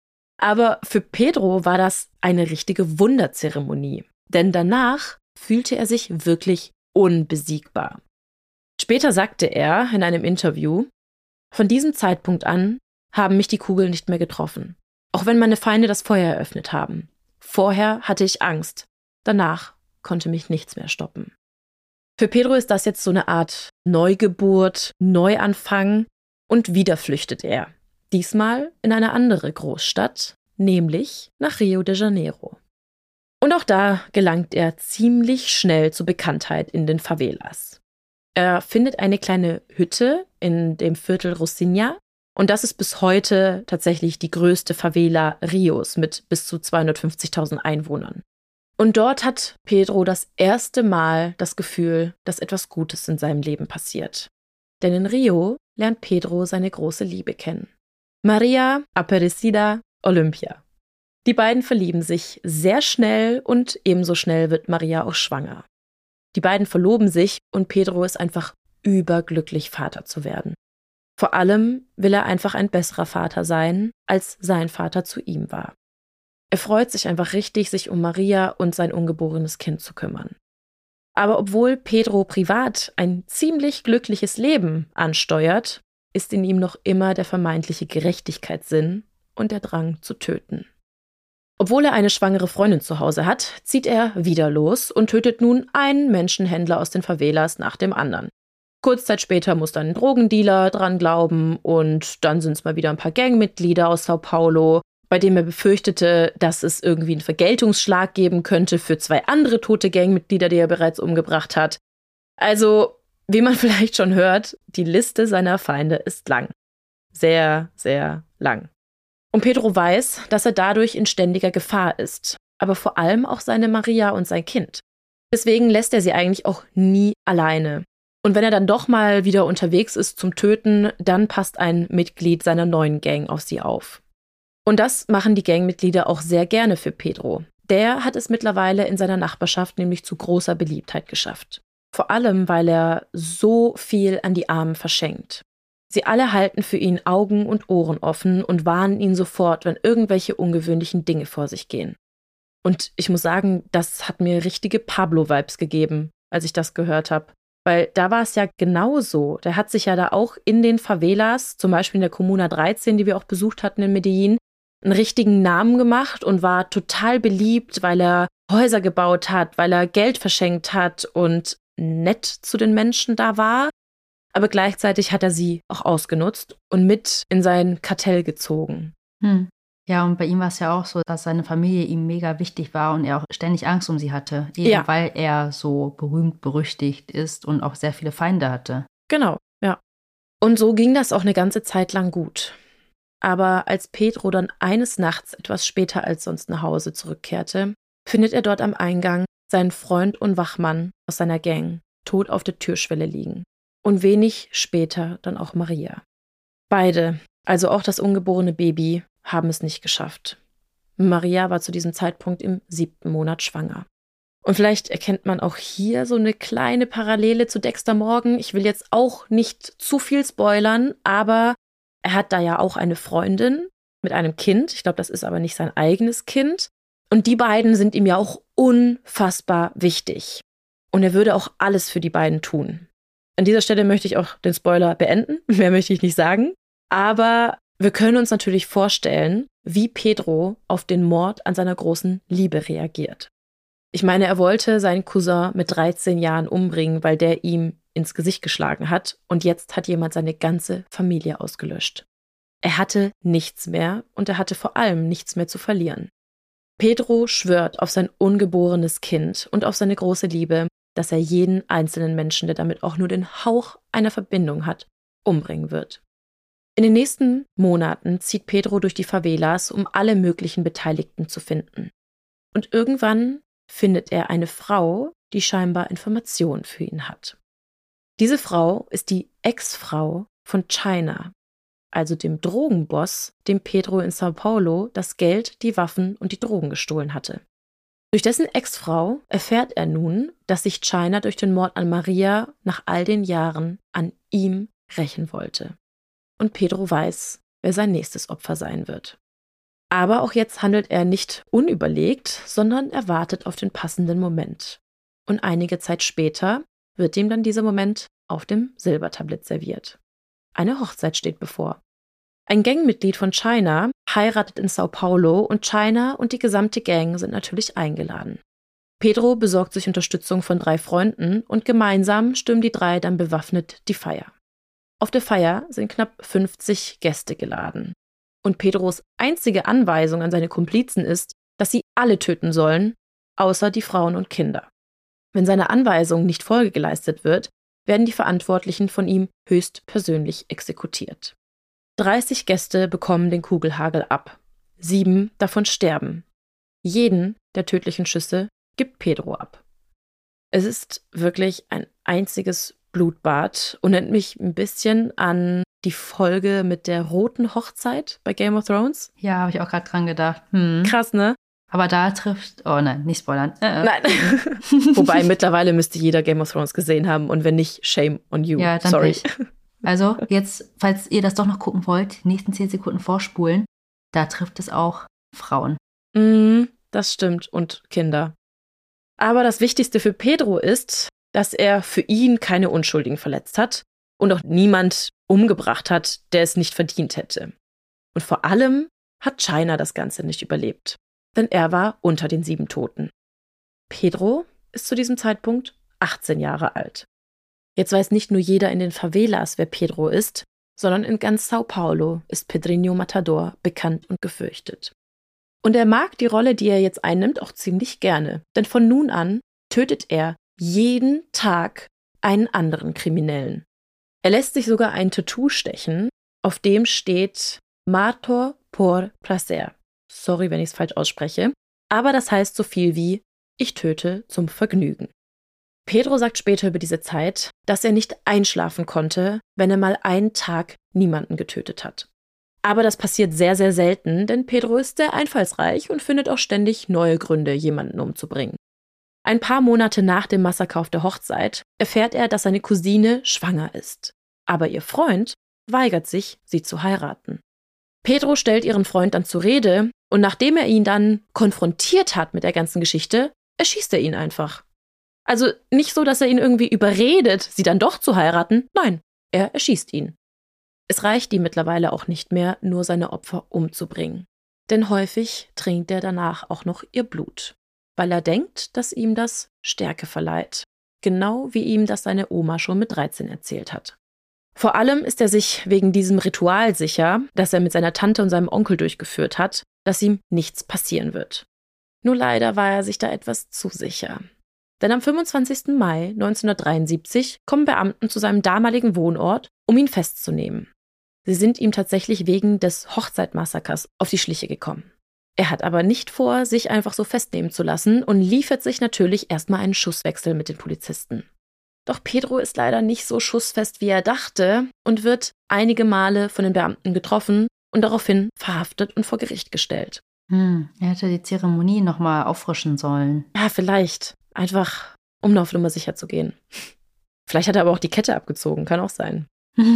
S1: Aber für Pedro war das eine richtige Wunderzeremonie, denn danach fühlte er sich wirklich unbesiegbar. Später sagte er in einem Interview, von diesem Zeitpunkt an haben mich die Kugeln nicht mehr getroffen, auch wenn meine Feinde das Feuer eröffnet haben. Vorher hatte ich Angst, danach konnte mich nichts mehr stoppen. Für Pedro ist das jetzt so eine Art Neugeburt, Neuanfang und wieder flüchtet er. Diesmal in eine andere Großstadt, nämlich nach Rio de Janeiro. Und auch da gelangt er ziemlich schnell zur Bekanntheit in den Favelas. Er findet eine kleine Hütte in dem Viertel Rocinha und das ist bis heute tatsächlich die größte Favela Rios mit bis zu 250.000 Einwohnern. Und dort hat Pedro das erste Mal das Gefühl, dass etwas Gutes in seinem Leben passiert. Denn in Rio lernt Pedro seine große Liebe kennen. Maria Aparecida Olympia. Die beiden verlieben sich sehr schnell und ebenso schnell wird Maria auch schwanger. Die beiden verloben sich und Pedro ist einfach überglücklich, Vater zu werden. Vor allem will er einfach ein besserer Vater sein, als sein Vater zu ihm war. Er freut sich einfach richtig, sich um Maria und sein ungeborenes Kind zu kümmern. Aber obwohl Pedro privat ein ziemlich glückliches Leben ansteuert, ist in ihm noch immer der vermeintliche Gerechtigkeitssinn und der Drang zu töten. Obwohl er eine schwangere Freundin zu Hause hat, zieht er wieder los und tötet nun einen Menschenhändler aus den Favelas nach dem anderen. Kurz Zeit später muss dann ein Drogendealer dran glauben und dann sind es mal wieder ein paar Gangmitglieder aus Sao Paulo, bei dem er befürchtete, dass es irgendwie einen Vergeltungsschlag geben könnte für 2 andere tote Gangmitglieder, die er bereits umgebracht hat. Also, wie man vielleicht schon hört, die Liste seiner Feinde ist lang. Sehr, sehr lang. Und Pedro weiß, dass er dadurch in ständiger Gefahr ist, aber vor allem auch seine Maria und sein Kind. Deswegen lässt er sie eigentlich auch nie alleine. Und wenn er dann doch mal wieder unterwegs ist zum Töten, dann passt ein Mitglied seiner neuen Gang auf sie auf. Und das machen die Gangmitglieder auch sehr gerne für Pedro. Der hat es mittlerweile in seiner Nachbarschaft nämlich zu großer Beliebtheit geschafft. Vor allem, weil er so viel an die Armen verschenkt. Sie alle halten für ihn Augen und Ohren offen und warnen ihn sofort, wenn irgendwelche ungewöhnlichen Dinge vor sich gehen. Und ich muss sagen, das hat mir richtige Pablo-Vibes gegeben, als ich das gehört habe. Weil da war es ja genauso. Der hat sich ja da auch in den Favelas, zum Beispiel in der Comuna 13, die wir auch besucht hatten in Medellin, einen richtigen Namen gemacht und war total beliebt, weil er Häuser gebaut hat, weil er Geld verschenkt hat und nett zu den Menschen da war. Aber gleichzeitig hat er sie auch ausgenutzt und mit in sein Kartell gezogen.
S2: Ja, und bei ihm war es ja auch so, dass seine Familie ihm mega wichtig war und er auch ständig Angst um sie hatte. Eben weil er so berühmt, berüchtigt ist und auch sehr viele Feinde hatte.
S1: Genau, ja. Und so ging das auch eine ganze Zeit lang gut. Aber als Pedro dann eines Nachts etwas später als sonst nach Hause zurückkehrte, findet er dort am Eingang seinen Freund und Wachmann aus seiner Gang tot auf der Türschwelle liegen. Und wenig später dann auch Maria. Beide, also auch das ungeborene Baby, haben es nicht geschafft. Maria war zu diesem Zeitpunkt im 7. Monat schwanger. Und vielleicht erkennt man auch hier so eine kleine Parallele zu Dexter Morgan. Ich will jetzt auch nicht zu viel spoilern, aber er hat da ja auch eine Freundin mit einem Kind. Ich glaube, das ist aber nicht sein eigenes Kind. Und die beiden sind ihm ja auch unfassbar wichtig. Und er würde auch alles für die beiden tun. An dieser Stelle möchte ich auch den Spoiler beenden. Mehr möchte ich nicht sagen. Aber wir können uns natürlich vorstellen, wie Pedro auf den Mord an seiner großen Liebe reagiert. Ich meine, er wollte seinen Cousin mit 13 Jahren umbringen, weil der ihm ins Gesicht geschlagen hat. Und jetzt hat jemand seine ganze Familie ausgelöscht. Er hatte nichts mehr und er hatte vor allem nichts mehr zu verlieren. Pedro schwört auf sein ungeborenes Kind und auf seine große Liebe, dass er jeden einzelnen Menschen, der damit auch nur den Hauch einer Verbindung hat, umbringen wird. In den nächsten Monaten zieht Pedro durch die Favelas, um alle möglichen Beteiligten zu finden. Und irgendwann findet er eine Frau, die scheinbar Informationen für ihn hat. Diese Frau ist die Ex-Frau von China, also dem Drogenboss, dem Pedro in Sao Paulo das Geld, die Waffen und die Drogen gestohlen hatte. Durch dessen Ex-Frau erfährt er nun, dass sich China durch den Mord an Maria nach all den Jahren an ihm rächen wollte. Und Pedro weiß, wer sein nächstes Opfer sein wird. Aber auch jetzt handelt er nicht unüberlegt, sondern er wartet auf den passenden Moment. Und einige Zeit später wird ihm dann dieser Moment auf dem Silbertablett serviert. Eine Hochzeit steht bevor. Ein Gangmitglied von China heiratet in Sao Paulo und China und die gesamte Gang sind natürlich eingeladen. Pedro besorgt sich Unterstützung von 3 Freunden und gemeinsam stürmen die 3 dann bewaffnet die Feier. Auf der Feier sind knapp 50 Gäste geladen. Und Pedros einzige Anweisung an seine Komplizen ist, dass sie alle töten sollen, außer die Frauen und Kinder. Wenn seiner Anweisung nicht Folge geleistet wird, werden die Verantwortlichen von ihm höchstpersönlich exekutiert. 30 Gäste bekommen den Kugelhagel ab. 7 davon sterben. Jeden der tödlichen Schüsse gibt Pedro ab. Es ist wirklich ein einziges Blutbad und erinnert mich ein bisschen an die Folge mit der roten Hochzeit bei Game of Thrones.
S2: Ja, habe ich auch gerade dran gedacht.
S1: Krass, ne?
S2: Aber da trifft... Oh nein, nicht spoilern.
S1: Nein. Wobei, mittlerweile müsste jeder Game of Thrones gesehen haben und wenn nicht, shame on you.
S2: Ja, dann
S1: sorry.
S2: nicht. Also jetzt, falls ihr das doch noch gucken wollt, die nächsten 10 Sekunden vorspulen, da trifft es auch Frauen.
S1: Das stimmt und Kinder. Aber das Wichtigste für Pedro ist, dass er für ihn keine Unschuldigen verletzt hat und auch niemand umgebracht hat, der es nicht verdient hätte. Und vor allem hat China das Ganze nicht überlebt, denn er war unter den 7 Toten. Pedro ist zu diesem Zeitpunkt 18 Jahre alt. Jetzt weiß nicht nur jeder in den Favelas, wer Pedro ist, sondern in ganz Sao Paulo ist Pedrinho Matador bekannt und gefürchtet. Und er mag die Rolle, die er jetzt einnimmt, auch ziemlich gerne, denn von nun an tötet er jeden Tag einen anderen Kriminellen. Er lässt sich sogar ein Tattoo stechen, auf dem steht Mator por placer. Sorry, wenn ich es falsch ausspreche, aber das heißt so viel wie ich töte zum Vergnügen. Pedro sagt später über diese Zeit, dass er nicht einschlafen konnte, wenn er mal einen Tag niemanden getötet hat. Aber das passiert sehr, sehr selten, denn Pedro ist sehr einfallsreich und findet auch ständig neue Gründe, jemanden umzubringen. Ein paar Monate nach dem Massaker auf der Hochzeit erfährt er, dass seine Cousine schwanger ist. Aber ihr Freund weigert sich, sie zu heiraten. Pedro stellt ihren Freund dann zur Rede und nachdem er ihn dann konfrontiert hat mit der ganzen Geschichte, erschießt er ihn einfach. Also nicht so, dass er ihn irgendwie überredet, sie dann doch zu heiraten. Nein, er erschießt ihn. Es reicht ihm mittlerweile auch nicht mehr, nur seine Opfer umzubringen. Denn häufig trinkt er danach auch noch ihr Blut, weil er denkt, dass ihm das Stärke verleiht. Genau wie ihm das seine Oma schon mit 13 erzählt hat. Vor allem ist er sich wegen diesem Ritual sicher, das er mit seiner Tante und seinem Onkel durchgeführt hat, dass ihm nichts passieren wird. Nur leider war er sich da etwas zu sicher. Denn am 25. Mai 1973 kommen Beamten zu seinem damaligen Wohnort, um ihn festzunehmen. Sie sind ihm tatsächlich wegen des Hochzeitmassakers auf die Schliche gekommen. Er hat aber nicht vor, sich einfach so festnehmen zu lassen und liefert sich natürlich erstmal einen Schusswechsel mit den Polizisten. Doch Pedro ist leider nicht so schussfest, wie er dachte und wird einige Male von den Beamten getroffen und daraufhin verhaftet und vor Gericht gestellt.
S2: Er hätte die Zeremonie nochmal auffrischen sollen.
S1: Ja, vielleicht. Einfach, um auf Nummer sicher zu gehen. Vielleicht hat er aber auch die Kette abgezogen, kann auch sein.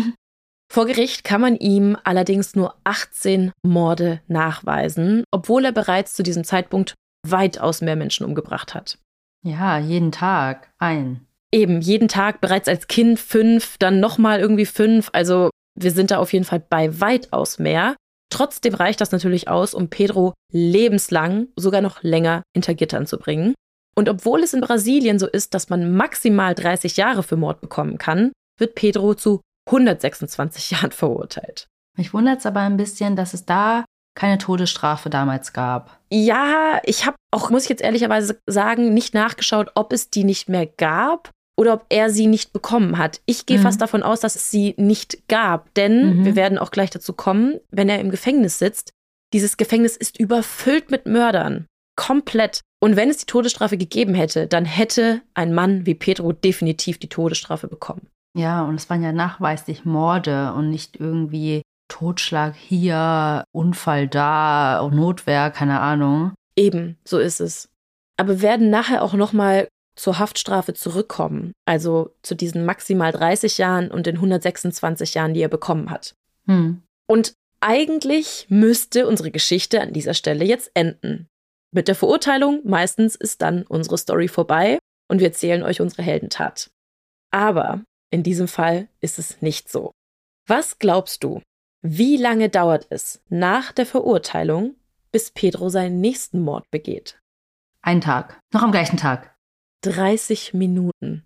S1: Vor Gericht kann man ihm allerdings nur 18 Morde nachweisen, obwohl er bereits zu diesem Zeitpunkt weitaus mehr Menschen umgebracht hat.
S2: Ja, jeden Tag ein.
S1: Eben, jeden Tag, bereits als Kind 5, dann nochmal irgendwie 5. Also wir sind da auf jeden Fall bei weitaus mehr. Trotzdem reicht das natürlich aus, um Pedro lebenslang, sogar noch länger hinter Gittern zu bringen. Und obwohl es in Brasilien so ist, dass man maximal 30 Jahre für Mord bekommen kann, wird Pedro zu 126 Jahren verurteilt.
S2: Mich wundert es aber ein bisschen, dass es da keine Todesstrafe damals gab.
S1: Ja, ich habe auch, muss ich jetzt ehrlicherweise sagen, nicht nachgeschaut, ob es die nicht mehr gab oder ob er sie nicht bekommen hat. Ich gehe fast davon aus, dass es sie nicht gab, denn wir werden auch gleich dazu kommen, wenn er im Gefängnis sitzt. Dieses Gefängnis ist überfüllt mit Mördern. Komplett. Und wenn es die Todesstrafe gegeben hätte, dann hätte ein Mann wie Pedro definitiv die Todesstrafe bekommen.
S2: Ja, und es waren ja nachweislich Morde und nicht irgendwie Totschlag hier, Unfall da, Notwehr, keine Ahnung.
S1: Eben, so ist es. Aber wir werden nachher auch nochmal zur Haftstrafe zurückkommen, also zu diesen maximal 30 Jahren und den 126 Jahren, die er bekommen hat. Und eigentlich müsste unsere Geschichte an dieser Stelle jetzt enden. Mit der Verurteilung meistens ist dann unsere Story vorbei und wir erzählen euch unsere Heldentat. Aber in diesem Fall ist es nicht so. Was glaubst du, wie lange dauert es nach der Verurteilung, bis Pedro seinen nächsten Mord begeht?
S2: Ein Tag. Noch am gleichen Tag.
S1: 30 Minuten.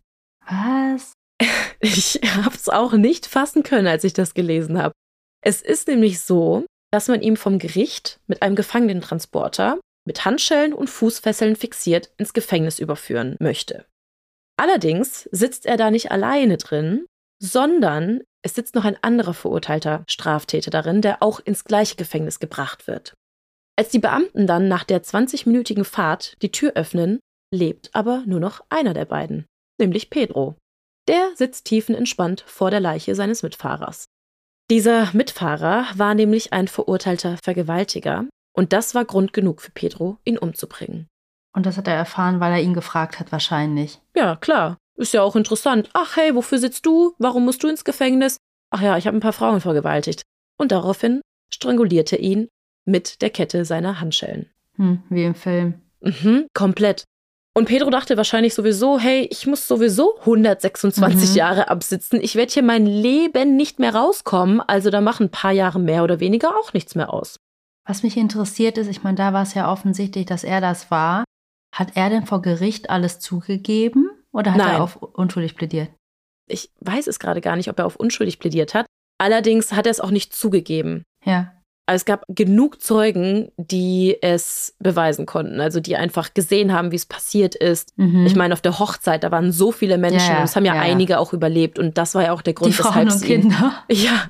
S2: Was?
S1: Ich habe es auch nicht fassen können, als ich das gelesen habe. Es ist nämlich so, dass man ihn vom Gericht mit einem Gefangenentransporter mit Handschellen und Fußfesseln fixiert ins Gefängnis überführen möchte. Allerdings sitzt er da nicht alleine drin, sondern es sitzt noch ein anderer verurteilter Straftäter darin, der auch ins gleiche Gefängnis gebracht wird. Als die Beamten dann nach der 20-minütigen Fahrt die Tür öffnen, lebt aber nur noch einer der beiden, nämlich Pedro. Der sitzt tiefenentspannt vor der Leiche seines Mitfahrers. Dieser Mitfahrer war nämlich ein verurteilter Vergewaltiger und das war Grund genug für Pedro, ihn umzubringen.
S2: Und das hat er erfahren, weil er ihn gefragt hat wahrscheinlich.
S1: Ja, klar. Ist ja auch interessant. Ach hey, wofür sitzt du? Warum musst du ins Gefängnis? Ach ja, ich habe ein paar Frauen vergewaltigt. Und daraufhin strangulierte ihn mit der Kette seiner Handschellen.
S2: Wie im Film.
S1: Komplett. Und Pedro dachte wahrscheinlich sowieso, hey, ich muss sowieso 126 Jahre absitzen. Ich werde hier mein Leben nicht mehr rauskommen. Also da machen ein paar Jahre mehr oder weniger auch nichts mehr aus.
S2: Was mich interessiert ist, ich meine, da war es ja offensichtlich, dass er das war. Hat er denn vor Gericht alles zugegeben oder hat er auf unschuldig plädiert?
S1: Ich weiß es gerade gar nicht, ob er auf unschuldig plädiert hat. Allerdings hat er es auch nicht zugegeben.
S2: Ja.
S1: Also es gab genug Zeugen, die es beweisen konnten, also die einfach gesehen haben, wie es passiert ist. Ich meine, auf der Hochzeit, da waren so viele Menschen und es haben ja einige auch überlebt und das war ja auch der Grund, weshalb sie ihn... Ja,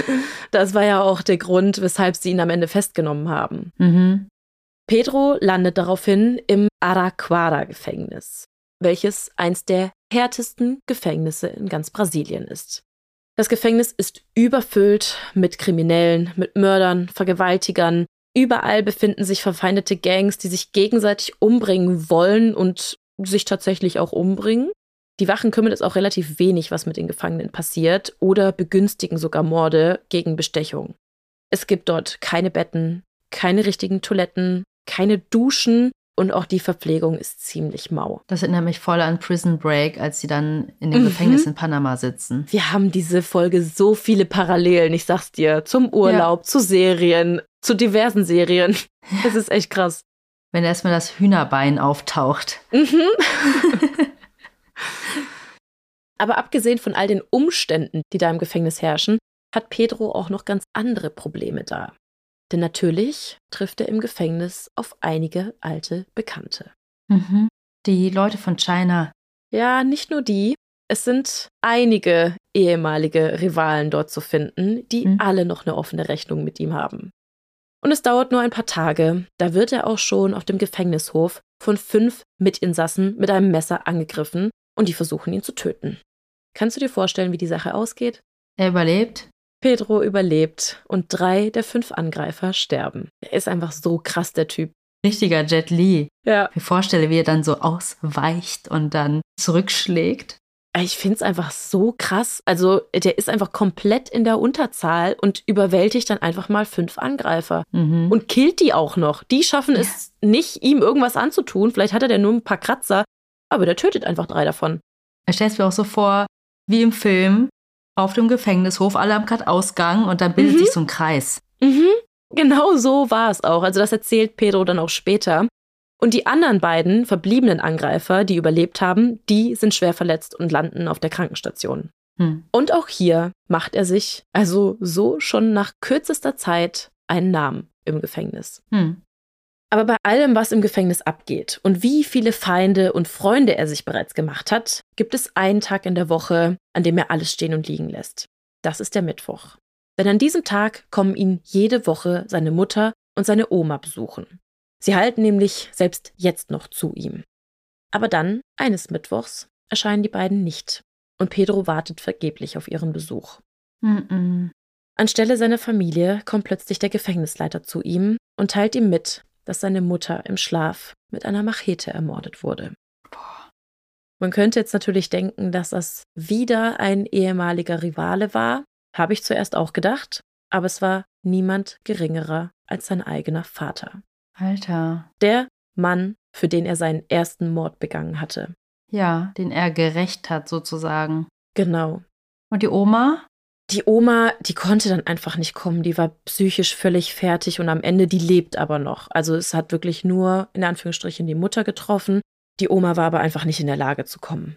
S1: das war ja auch der Grund, weshalb sie ihn am Ende festgenommen haben. Pedro landet daraufhin im Araraquara-Gefängnis, welches eins der härtesten Gefängnisse in ganz Brasilien ist. Das Gefängnis ist überfüllt mit Kriminellen, mit Mördern, Vergewaltigern. Überall befinden sich verfeindete Gangs, die sich gegenseitig umbringen wollen und sich tatsächlich auch umbringen. Die Wachen kümmert es auch relativ wenig, was mit den Gefangenen passiert oder begünstigen sogar Morde gegen Bestechung. Es gibt dort keine Betten, keine richtigen Toiletten, keine Duschen und auch die Verpflegung ist ziemlich mau.
S2: Das erinnert mich voll an Prison Break, als sie dann in dem Gefängnis in Panama sitzen.
S1: Wir haben diese Folge so viele Parallelen, ich sag's dir, zum Urlaub, zu Serien, zu diversen Serien. Das ist echt krass.
S2: Wenn erstmal das Hühnerbein auftaucht.
S1: Aber abgesehen von all den Umständen, die da im Gefängnis herrschen, hat Pedro auch noch ganz andere Probleme da. Denn natürlich trifft er im Gefängnis auf einige alte Bekannte.
S2: Die Leute von China.
S1: Ja, nicht nur die. Es sind einige ehemalige Rivalen dort zu finden, die alle noch eine offene Rechnung mit ihm haben. Und es dauert nur ein paar Tage, da wird er auch schon auf dem Gefängnishof von 5 Mitinsassen mit einem Messer angegriffen und die versuchen ihn zu töten. Kannst du dir vorstellen, wie die Sache ausgeht?
S2: Er überlebt?
S1: Pedro überlebt und 3 der 5 Angreifer sterben. Er ist einfach so krass, der Typ.
S2: Richtiger Jet Li.
S1: Ja.
S2: Ich mir vorstelle, wie er dann so ausweicht und dann zurückschlägt.
S1: Ich finde es einfach so krass. Also der ist einfach komplett in der Unterzahl und überwältigt dann einfach mal 5 Angreifer. Und killt die auch noch. Die schaffen es nicht, ihm irgendwas anzutun. Vielleicht hat er nur ein paar Kratzer, aber der tötet einfach 3 davon.
S2: Er stellt mir auch so vor, wie im Film, auf dem Gefängnishof, alle am Ausgang und dann bildet sich so ein Kreis.
S1: Genau so war es auch. Also das erzählt Pedro dann auch später. Und die anderen beiden verbliebenen Angreifer, die überlebt haben, die sind schwer verletzt und landen auf der Krankenstation. Und auch hier macht er sich, also so schon nach kürzester Zeit, einen Namen im Gefängnis. Aber bei allem, was im Gefängnis abgeht und wie viele Feinde und Freunde er sich bereits gemacht hat, gibt es einen Tag in der Woche, an dem er alles stehen und liegen lässt. Das ist der Mittwoch. Denn an diesem Tag kommen ihn jede Woche seine Mutter und seine Oma besuchen. Sie halten nämlich selbst jetzt noch zu ihm. Aber dann, eines Mittwochs, erscheinen die beiden nicht. Und Pedro wartet vergeblich auf ihren Besuch. Anstelle seiner Familie kommt plötzlich der Gefängnisleiter zu ihm und teilt ihm mit, dass seine Mutter im Schlaf mit einer Machete ermordet wurde. Man könnte jetzt natürlich denken, dass das wieder ein ehemaliger Rivale war. Habe ich zuerst auch gedacht. Aber es war niemand geringerer als sein eigener Vater.
S2: Alter.
S1: Der Mann, für den er seinen ersten Mord begangen hatte.
S2: Ja, den er gerächt hat sozusagen.
S1: Genau.
S2: Und die Oma?
S1: Die Oma, die konnte dann einfach nicht kommen. Die war psychisch völlig fertig und am Ende, die lebt aber noch. Also es hat wirklich nur, in Anführungsstrichen, die Mutter getroffen. Die Oma war aber einfach nicht in der Lage zu kommen.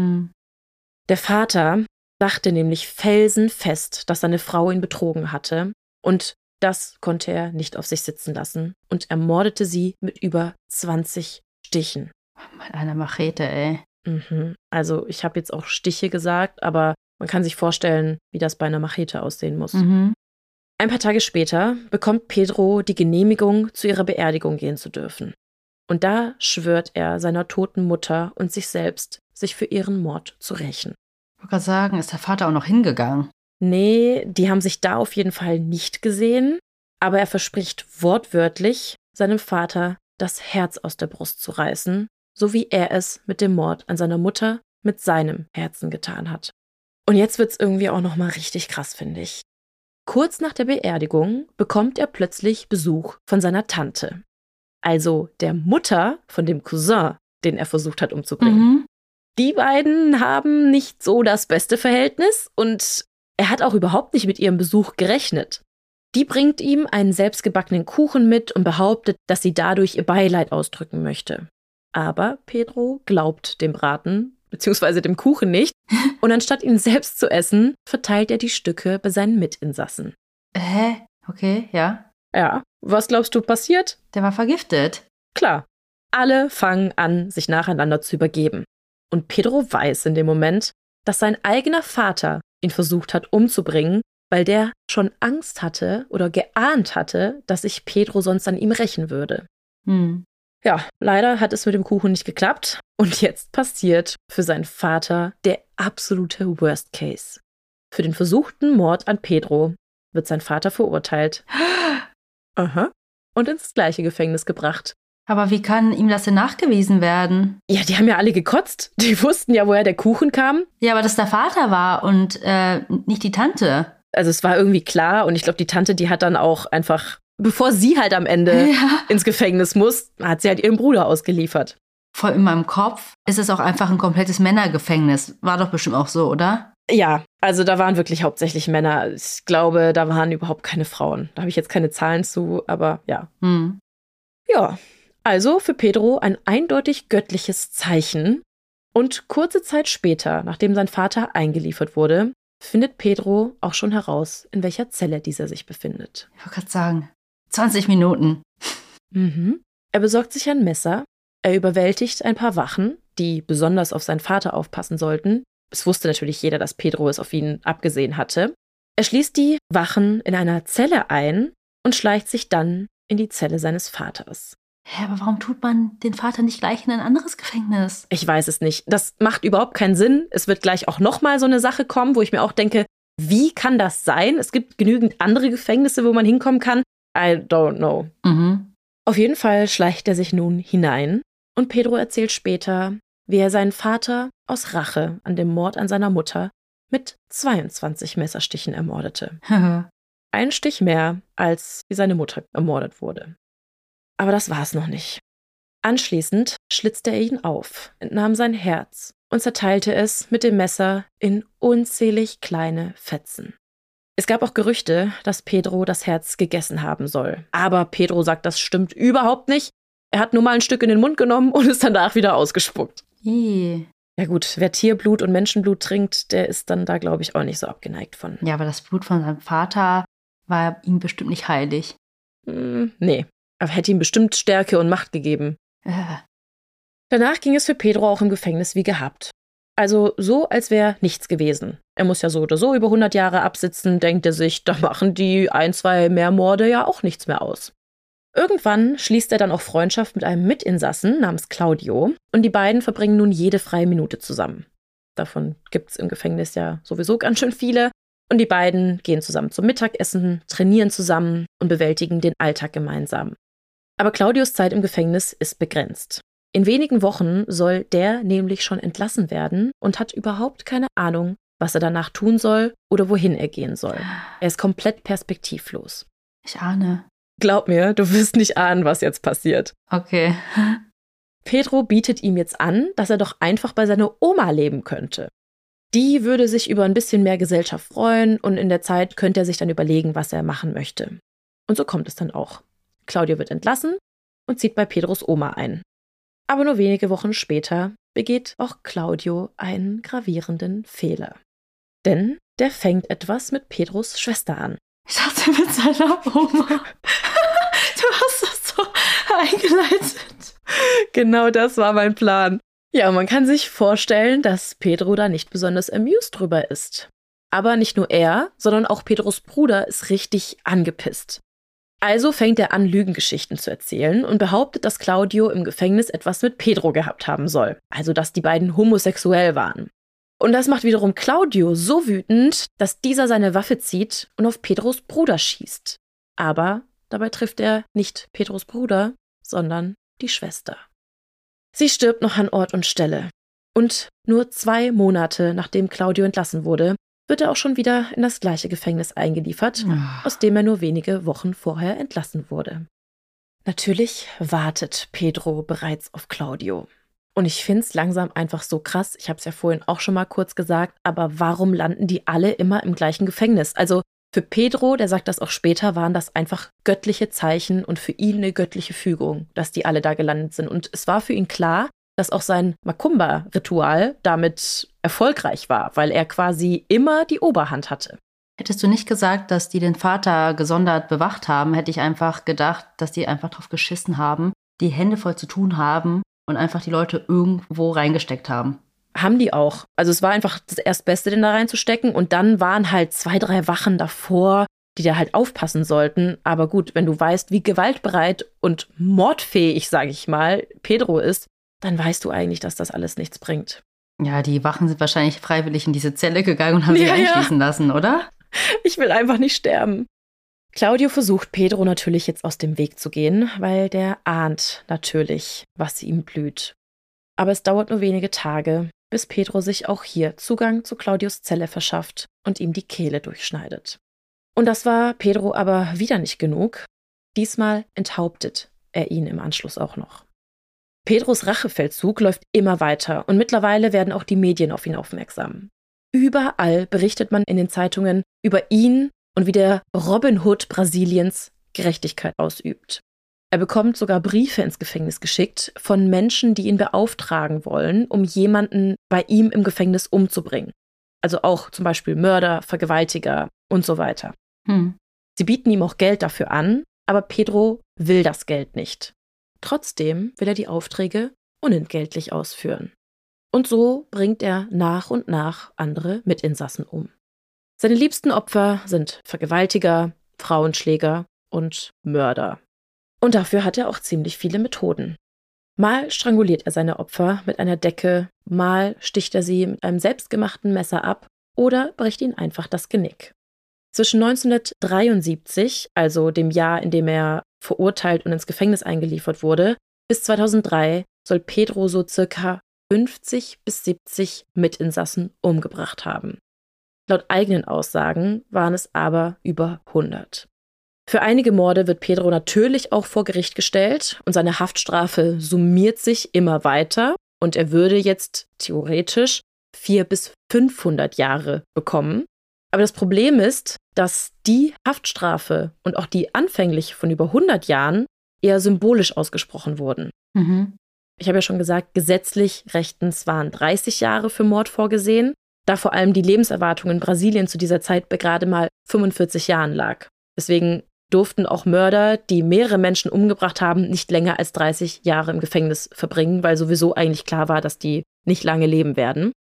S1: Der Vater dachte nämlich felsenfest, dass seine Frau ihn betrogen hatte. Und das konnte er nicht auf sich sitzen lassen und ermordete sie mit über 20 Stichen.
S2: Mit einer Machete, ey.
S1: Also ich habe jetzt auch Stiche gesagt, aber man kann sich vorstellen, wie das bei einer Machete aussehen muss. Ein paar Tage später bekommt Pedro die Genehmigung, zu ihrer Beerdigung gehen zu dürfen. Und da schwört er seiner toten Mutter und sich selbst, sich für ihren Mord zu rächen.
S2: Ich wollte gerade sagen, ist der Vater auch noch hingegangen?
S1: Nee, die haben sich da auf jeden Fall nicht gesehen, aber er verspricht wortwörtlich, seinem Vater das Herz aus der Brust zu reißen, so wie er es mit dem Mord an seiner Mutter mit seinem Herzen getan hat. Und jetzt wird's irgendwie auch nochmal richtig krass, finde ich. Kurz nach der Beerdigung bekommt er plötzlich Besuch von seiner Tante. Also der Mutter von dem Cousin, den er versucht hat umzubringen. Die beiden haben nicht so das beste Verhältnis und er hat auch überhaupt nicht mit ihrem Besuch gerechnet. Die bringt ihm einen selbstgebackenen Kuchen mit und behauptet, dass sie dadurch ihr Beileid ausdrücken möchte. Aber Pedro glaubt dem Braten bzw. dem Kuchen nicht und anstatt ihn selbst zu essen, verteilt er die Stücke bei seinen Mitinsassen.
S2: Okay, ja.
S1: Ja, was glaubst du passiert?
S2: Der war vergiftet.
S1: Klar, alle fangen an, sich nacheinander zu übergeben. Und Pedro weiß in dem Moment, dass sein eigener Vater ihn versucht hat umzubringen, weil der schon Angst hatte oder geahnt hatte, dass sich Pedro sonst an ihm rächen würde. Ja, leider hat es mit dem Kuchen nicht geklappt. Und jetzt passiert für seinen Vater der absolute Worst Case. Für den versuchten Mord an Pedro wird sein Vater verurteilt. Und ins gleiche Gefängnis gebracht.
S2: Aber wie kann ihm das denn nachgewiesen werden?
S1: Ja, die haben ja alle gekotzt. Die wussten ja, woher der Kuchen kam.
S2: Ja, aber dass der Vater war und nicht die Tante.
S1: Also es war irgendwie klar und ich glaube, die Tante, die hat dann auch einfach, bevor sie halt am Ende ins Gefängnis muss, hat sie halt ihren Bruder ausgeliefert.
S2: Voll in meinem Kopf ist es auch einfach ein komplettes Männergefängnis. War doch bestimmt auch so, oder?
S1: Ja, also da waren wirklich hauptsächlich Männer. Ich glaube, da waren überhaupt keine Frauen. Da habe ich jetzt keine Zahlen zu, aber ja. Ja, also für Pedro ein eindeutig göttliches Zeichen. Und kurze Zeit später, nachdem sein Vater eingeliefert wurde, findet Pedro auch schon heraus, in welcher Zelle dieser sich befindet.
S2: Ich wollte gerade sagen, 20 Minuten.
S1: Er besorgt sich ein Messer, er überwältigt ein paar Wachen, die besonders auf seinen Vater aufpassen sollten. Es wusste natürlich jeder, dass Pedro es auf ihn abgesehen hatte. Er schließt die Wachen in einer Zelle ein und schleicht sich dann in die Zelle seines Vaters.
S2: Hä, aber warum tut man den Vater nicht gleich in ein anderes Gefängnis?
S1: Ich weiß es nicht. Das macht überhaupt keinen Sinn. Es wird gleich auch nochmal so eine Sache kommen, wo ich mir auch denke, wie kann das sein? Es gibt genügend andere Gefängnisse, wo man hinkommen kann. I don't know. Auf jeden Fall schleicht er sich nun hinein und Pedro erzählt später, wie er seinen Vater aus Rache an dem Mord an seiner Mutter mit 22 Messerstichen ermordete. Ein Stich mehr, als wie seine Mutter ermordet wurde. Aber das war es noch nicht. Anschließend schlitzte er ihn auf, entnahm sein Herz und zerteilte es mit dem Messer in unzählig kleine Fetzen. Es gab auch Gerüchte, dass Pedro das Herz gegessen haben soll. Aber Pedro sagt, das stimmt überhaupt nicht. Er hat nur mal ein Stück in den Mund genommen und es danach wieder ausgespuckt. Ja gut, wer Tierblut und Menschenblut trinkt, der ist dann da, glaube ich, auch nicht so abgeneigt von.
S2: Ja, aber das Blut von seinem Vater war ihm bestimmt nicht heilig.
S1: Nee, aber hätte ihm bestimmt Stärke und Macht gegeben. Danach ging es für Pedro auch im Gefängnis wie gehabt. Also so, als wäre nichts gewesen. Er muss ja so oder so über 100 Jahre absitzen, denkt er sich, da machen die 1, 2 mehr Morde ja auch nichts mehr aus. Irgendwann schließt er dann auch Freundschaft mit einem Mitinsassen namens Claudio und die beiden verbringen nun jede freie Minute zusammen. Davon gibt's im Gefängnis ja sowieso ganz schön viele. Und die beiden gehen zusammen zum Mittagessen, trainieren zusammen und bewältigen den Alltag gemeinsam. Aber Claudios Zeit im Gefängnis ist begrenzt. In wenigen Wochen soll der nämlich schon entlassen werden und hat überhaupt keine Ahnung, was er danach tun soll oder wohin er gehen soll. Er ist komplett perspektivlos.
S2: Ich ahne.
S1: Glaub mir, du wirst nicht ahnen, was jetzt passiert.
S2: Okay.
S1: Pedro bietet ihm jetzt an, dass er doch einfach bei seiner Oma leben könnte. Die würde sich über ein bisschen mehr Gesellschaft freuen und in der Zeit könnte er sich dann überlegen, was er machen möchte. Und so kommt es dann auch. Claudio wird entlassen und zieht bei Pedros Oma ein. Aber nur wenige Wochen später begeht auch Claudio einen gravierenden Fehler. Denn der fängt etwas mit Pedros Schwester an.
S2: Ich dachte mit seiner Oma. Du hast das so eingeleitet.
S1: Genau das war mein Plan. Ja, und man kann sich vorstellen, dass Pedro da nicht besonders amused drüber ist. Aber nicht nur er, sondern auch Pedros Bruder ist richtig angepisst. Also fängt er an, Lügengeschichten zu erzählen und behauptet, dass Claudio im Gefängnis etwas mit Pedro gehabt haben soll. Also, dass die beiden homosexuell waren. Und das macht wiederum Claudio so wütend, dass dieser seine Waffe zieht und auf Pedros Bruder schießt. Aber dabei trifft er nicht Pedros Bruder, sondern die Schwester. Sie stirbt noch an Ort und Stelle. Und nur 2 Monate, nachdem Claudio entlassen wurde, wird er auch schon wieder in das gleiche Gefängnis eingeliefert, aus dem er nur wenige Wochen vorher entlassen wurde. Natürlich wartet Pedro bereits auf Claudio. Und ich finde es langsam einfach so krass, ich habe es ja vorhin auch schon mal kurz gesagt, aber warum landen die alle immer im gleichen Gefängnis? Also für Pedro, der sagt das auch später, waren das einfach göttliche Zeichen und für ihn eine göttliche Fügung, dass die alle da gelandet sind. Und es war für ihn klar, dass auch sein Macumba-Ritual damit erfolgreich war, weil er quasi immer die Oberhand hatte.
S2: Hättest du nicht gesagt, dass die den Vater gesondert bewacht haben, hätte ich einfach gedacht, dass die einfach drauf geschissen haben, die Hände voll zu tun haben und einfach die Leute irgendwo reingesteckt haben.
S1: Haben die auch. Also es war einfach das Erstbeste, den da reinzustecken. Und dann waren halt 2, 3 Wachen davor, die da halt aufpassen sollten. Aber gut, wenn du weißt, wie gewaltbereit und mordfähig, sage ich mal, Pedro ist, dann weißt du eigentlich, dass das alles nichts bringt.
S2: Ja, die Wachen sind wahrscheinlich freiwillig in diese Zelle gegangen und haben sich einschließen lassen, oder?
S1: Ich will einfach nicht sterben. Claudio versucht, Pedro natürlich jetzt aus dem Weg zu gehen, weil der ahnt natürlich, was ihm blüht. Aber es dauert nur wenige Tage, bis Pedro sich auch hier Zugang zu Claudios Zelle verschafft und ihm die Kehle durchschneidet. Und das war Pedro aber wieder nicht genug. Diesmal enthauptet er ihn im Anschluss auch noch. Pedros Rachefeldzug läuft immer weiter und mittlerweile werden auch die Medien auf ihn aufmerksam. Überall berichtet man in den Zeitungen über ihn und wie der Robin Hood Brasiliens Gerechtigkeit ausübt. Er bekommt sogar Briefe ins Gefängnis geschickt von Menschen, die ihn beauftragen wollen, um jemanden bei ihm im Gefängnis umzubringen. Also auch zum Beispiel Mörder, Vergewaltiger und so weiter. Sie bieten ihm auch Geld dafür an, aber Pedro will das Geld nicht. Trotzdem will er die Aufträge unentgeltlich ausführen. Und so bringt er nach und nach andere Mitinsassen um. Seine liebsten Opfer sind Vergewaltiger, Frauenschläger und Mörder. Und dafür hat er auch ziemlich viele Methoden. Mal stranguliert er seine Opfer mit einer Decke, mal sticht er sie mit einem selbstgemachten Messer ab oder bricht ihnen einfach das Genick. Zwischen 1973, also dem Jahr, in dem er verurteilt und ins Gefängnis eingeliefert wurde, bis 2003 soll Pedro so circa 50 bis 70 Mitinsassen umgebracht haben. Laut eigenen Aussagen waren es aber über 100. Für einige Morde wird Pedro natürlich auch vor Gericht gestellt und seine Haftstrafe summiert sich immer weiter und er würde jetzt theoretisch 400 bis 500 Jahre bekommen. Aber das Problem ist, dass die Haftstrafe und auch die anfänglich von über 100 Jahren eher symbolisch ausgesprochen wurden. Ich habe ja schon gesagt, gesetzlich rechtens waren 30 Jahre für Mord vorgesehen, da vor allem die Lebenserwartung in Brasilien zu dieser Zeit bei gerade mal 45 Jahren lag. Deswegen durften auch Mörder, die mehrere Menschen umgebracht haben, nicht länger als 30 Jahre im Gefängnis verbringen, weil sowieso eigentlich klar war, dass die nicht lange leben werden.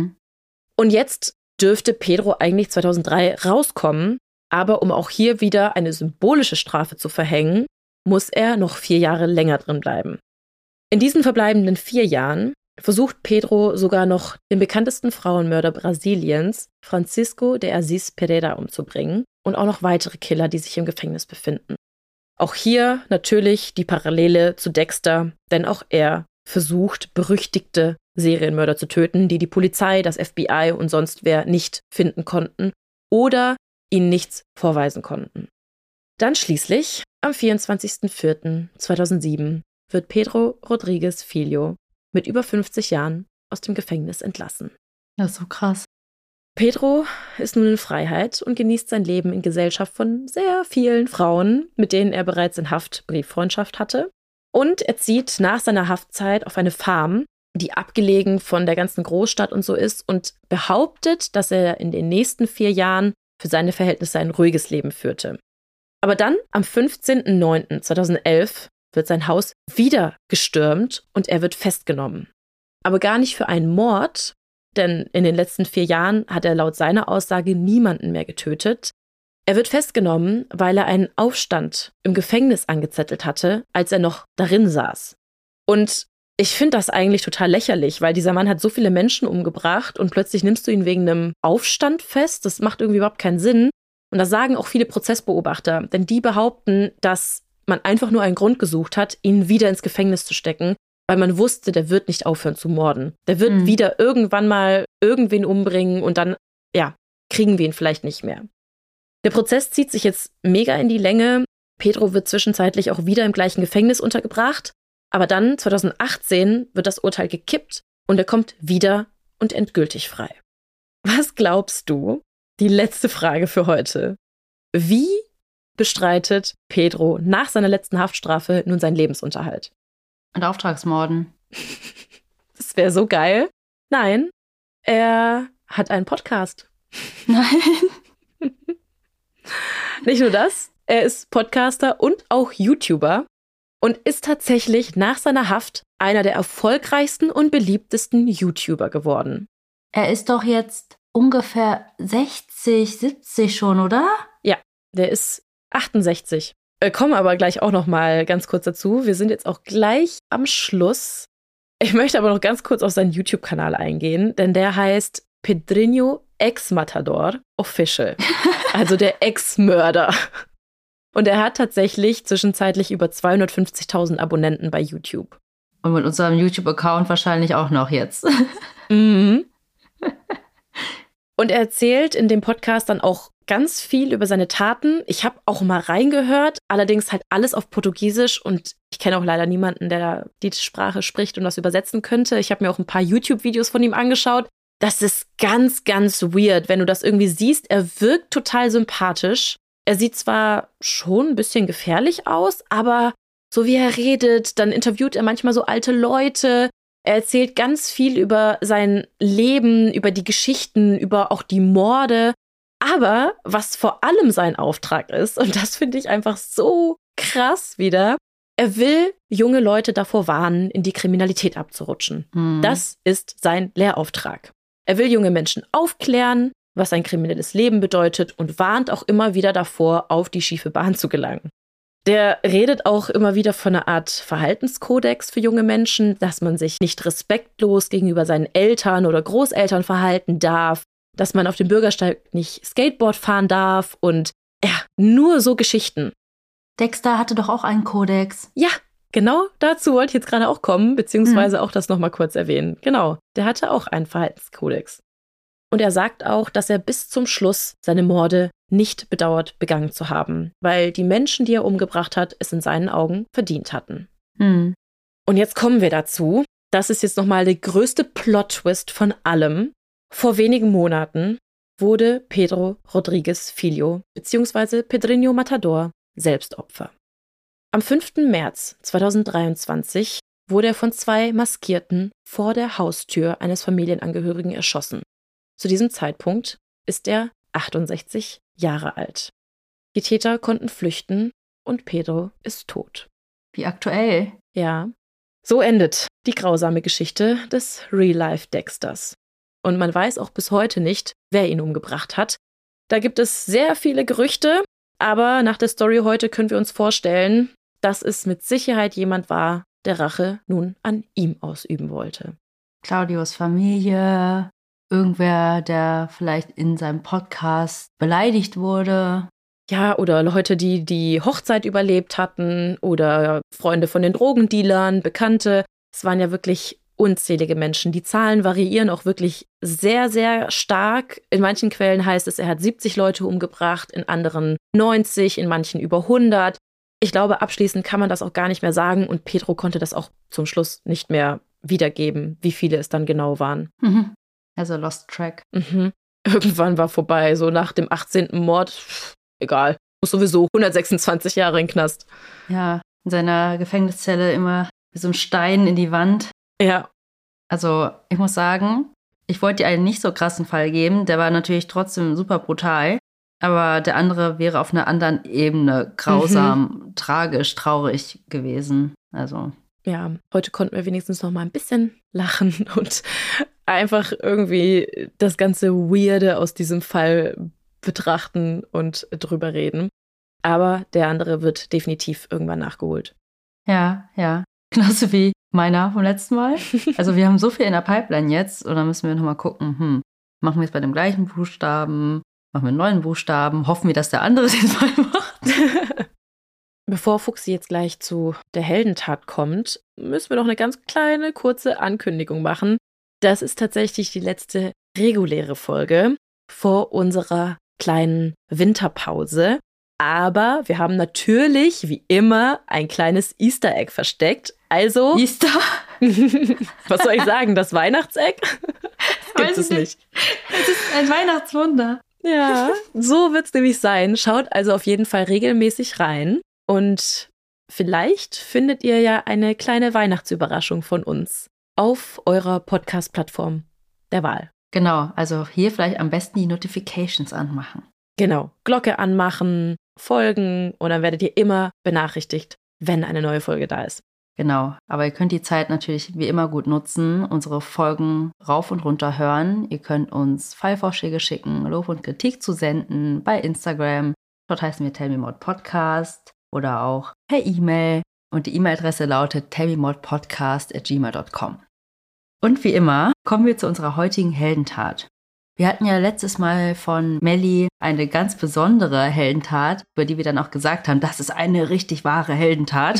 S1: Und jetzt dürfte Pedro eigentlich 2003 rauskommen, aber um auch hier wieder eine symbolische Strafe zu verhängen, muss er noch 4 Jahre länger drin bleiben. In diesen verbleibenden 4 Jahren versucht Pedro sogar noch den bekanntesten Frauenmörder Brasiliens, Francisco de Assis Pereira, umzubringen und auch noch weitere Killer, die sich im Gefängnis befinden. Auch hier natürlich die Parallele zu Dexter, denn auch er versucht, berüchtigte Serienmörder zu töten, die die Polizei, das FBI und sonst wer nicht finden konnten oder ihnen nichts vorweisen konnten. Dann schließlich, am 24.04.2007, wird Pedro Rodrigues Filho mit über 50 Jahren aus dem Gefängnis entlassen.
S2: Das ist so krass.
S1: Pedro ist nun in Freiheit und genießt sein Leben in Gesellschaft von sehr vielen Frauen, mit denen er bereits in Haft Brieffreundschaft hatte. Und er zieht nach seiner Haftzeit auf eine Farm, die abgelegen von der ganzen Großstadt und so ist, und behauptet, dass er in den nächsten 4 Jahren für seine Verhältnisse ein ruhiges Leben führte. Aber dann, am 15.09.2011, wird sein Haus wieder gestürmt und er wird festgenommen. Aber gar nicht für einen Mord, denn in den letzten 4 Jahren hat er laut seiner Aussage niemanden mehr getötet. Er wird festgenommen, weil er einen Aufstand im Gefängnis angezettelt hatte, als er noch darin saß. Und ich finde das eigentlich total lächerlich, weil dieser Mann hat so viele Menschen umgebracht und plötzlich nimmst du ihn wegen einem Aufstand fest. Das macht irgendwie überhaupt keinen Sinn. Und das sagen auch viele Prozessbeobachter, denn die behaupten, dass man einfach nur einen Grund gesucht hat, ihn wieder ins Gefängnis zu stecken, weil man wusste, der wird nicht aufhören zu morden. Der wird wieder irgendwann mal irgendwen umbringen und dann, ja, kriegen wir ihn vielleicht nicht mehr. Der Prozess zieht sich jetzt mega in die Länge. Pedro wird zwischenzeitlich auch wieder im gleichen Gefängnis untergebracht. Aber dann, 2018, wird das Urteil gekippt und er kommt wieder und endgültig frei. Was glaubst du? Die letzte Frage für heute. Wie bestreitet Pedro nach seiner letzten Haftstrafe nun seinen Lebensunterhalt?
S2: Und Auftragsmorden.
S1: Das wäre so geil. Nein, er hat einen Podcast.
S2: Nein.
S1: Nicht nur das, er ist Podcaster und auch YouTuber und ist tatsächlich nach seiner Haft einer der erfolgreichsten und beliebtesten YouTuber geworden.
S2: Er ist doch jetzt ungefähr 60, 70 schon, oder?
S1: Ja, der ist 68. Kommen aber gleich auch noch mal ganz kurz dazu. Wir sind jetzt auch gleich am Schluss. Ich möchte aber noch ganz kurz auf seinen YouTube-Kanal eingehen, denn der heißt Pedrinho Ex Matador Official, also der Ex-Mörder. Und er hat tatsächlich zwischenzeitlich über 250.000 Abonnenten bei YouTube.
S2: Und mit unserem YouTube-Account wahrscheinlich auch noch jetzt.
S1: Mhm. Und er erzählt in dem Podcast dann auch ganz viel über seine Taten. Ich habe auch mal reingehört, allerdings halt alles auf Portugiesisch und ich kenne auch leider niemanden, der die Sprache spricht und das übersetzen könnte. Ich habe mir auch ein paar YouTube-Videos von ihm angeschaut. Das ist ganz, ganz weird, wenn du das irgendwie siehst. Er wirkt total sympathisch. Er sieht zwar schon ein bisschen gefährlich aus, aber so wie er redet, dann interviewt er manchmal so alte Leute. Er erzählt ganz viel über sein Leben, über die Geschichten, über auch die Morde. Aber was vor allem sein Auftrag ist, und das finde ich einfach so krass wieder, er will junge Leute davor warnen, in die Kriminalität abzurutschen. Das ist sein Lehrauftrag. Er will junge Menschen aufklären, was ein kriminelles Leben bedeutet und warnt auch immer wieder davor, auf die schiefe Bahn zu gelangen. Der redet auch immer wieder von einer Art Verhaltenskodex für junge Menschen, dass man sich nicht respektlos gegenüber seinen Eltern oder Großeltern verhalten darf, dass man auf dem Bürgersteig nicht Skateboard fahren darf und ja, nur so Geschichten.
S2: Dexter hatte doch auch einen Kodex.
S1: Ja, genau dazu wollte ich jetzt gerade auch kommen, beziehungsweise auch das nochmal kurz erwähnen. Genau, der hatte auch einen Verhaltenskodex. Und er sagt auch, dass er bis zum Schluss seine Morde nicht bedauert, begangen zu haben, weil die Menschen, die er umgebracht hat, es in seinen Augen verdient hatten. Und jetzt kommen wir dazu. Das ist jetzt nochmal der größte Plot-Twist von allem. Vor wenigen Monaten wurde Pedro Rodrigues Filho, beziehungsweise Pedrinho Matador, selbst Opfer. Am 5. März 2023 wurde er von 2 Maskierten vor der Haustür eines Familienangehörigen erschossen. Zu diesem Zeitpunkt ist er 68 Jahre alt. Die Täter konnten flüchten und Pedro ist tot.
S2: Wie aktuell.
S1: Ja. So endet die grausame Geschichte des Real-Life Dexters. Und man weiß auch bis heute nicht, wer ihn umgebracht hat. Da gibt es sehr viele Gerüchte, aber nach der Story heute können wir uns vorstellen, dass es mit Sicherheit jemand war, der Rache nun an ihm ausüben wollte.
S2: Claudios Familie, irgendwer, der vielleicht in seinem Podcast beleidigt wurde.
S1: Ja, oder Leute, die die Hochzeit überlebt hatten oder Freunde von den Drogendealern, Bekannte. Es waren ja wirklich unzählige Menschen. Die Zahlen variieren auch wirklich sehr, sehr stark. In manchen Quellen heißt es, er hat 70 Leute umgebracht, in anderen 90, in manchen über 100. Ich glaube, abschließend kann man das auch gar nicht mehr sagen und Pedro konnte das auch zum Schluss nicht mehr wiedergeben, wie viele es dann genau waren.
S2: Also Lost Track.
S1: Irgendwann war vorbei, so nach dem 18. Mord, egal, muss sowieso 126 Jahre in den Knast.
S2: Ja, in seiner Gefängniszelle immer wie so ein Stein in die Wand.
S1: Ja.
S2: Also ich muss sagen, ich wollte dir einen nicht so krassen Fall geben, der war natürlich trotzdem super brutal, aber der andere wäre auf einer anderen Ebene grausam, tragisch, traurig gewesen. Also
S1: ja, heute konnten wir wenigstens noch mal ein bisschen lachen und einfach irgendwie das ganze Weirde aus diesem Fall betrachten und drüber reden. Aber der andere wird definitiv irgendwann nachgeholt.
S2: Ja. Genauso wie meiner vom letzten Mal. Also wir haben so viel in der Pipeline jetzt und dann müssen wir nochmal gucken, machen wir es bei dem gleichen Buchstaben, machen wir einen neuen Buchstaben, hoffen wir, dass der andere den Fall macht.
S1: Bevor Fuchsi jetzt gleich zu der Heldentat kommt, müssen wir noch eine ganz kleine, kurze Ankündigung machen. Das ist tatsächlich die letzte reguläre Folge vor unserer kleinen Winterpause. Aber wir haben natürlich, wie immer, ein kleines Easter Egg versteckt. Also
S2: Easter?
S1: Was soll ich sagen? Das Weihnachtseck? Das gibt es nicht.
S2: Es ist ein Weihnachtswunder.
S1: Ja, so wird es nämlich sein. Schaut also auf jeden Fall regelmäßig rein. Und vielleicht findet ihr ja eine kleine Weihnachtsüberraschung von uns auf eurer Podcast-Plattform der Wahl.
S2: Genau, also hier vielleicht am besten die Notifications anmachen.
S1: Genau, Glocke anmachen, folgen und dann werdet ihr immer benachrichtigt, wenn eine neue Folge da ist.
S2: Genau, aber ihr könnt die Zeit natürlich wie immer gut nutzen, unsere Folgen rauf und runter hören. Ihr könnt uns Fallvorschläge schicken, Lob und Kritik zu senden bei Instagram. Dort heißen wir Tell Me More Podcast oder auch per E-Mail. Und die E-Mail-Adresse lautet tellmemodpodcast@gmail.com. Und wie immer kommen wir zu unserer heutigen Heldentat. Wir hatten ja letztes Mal von Melli eine ganz besondere Heldentat, über die wir dann auch gesagt haben, das ist eine richtig wahre Heldentat.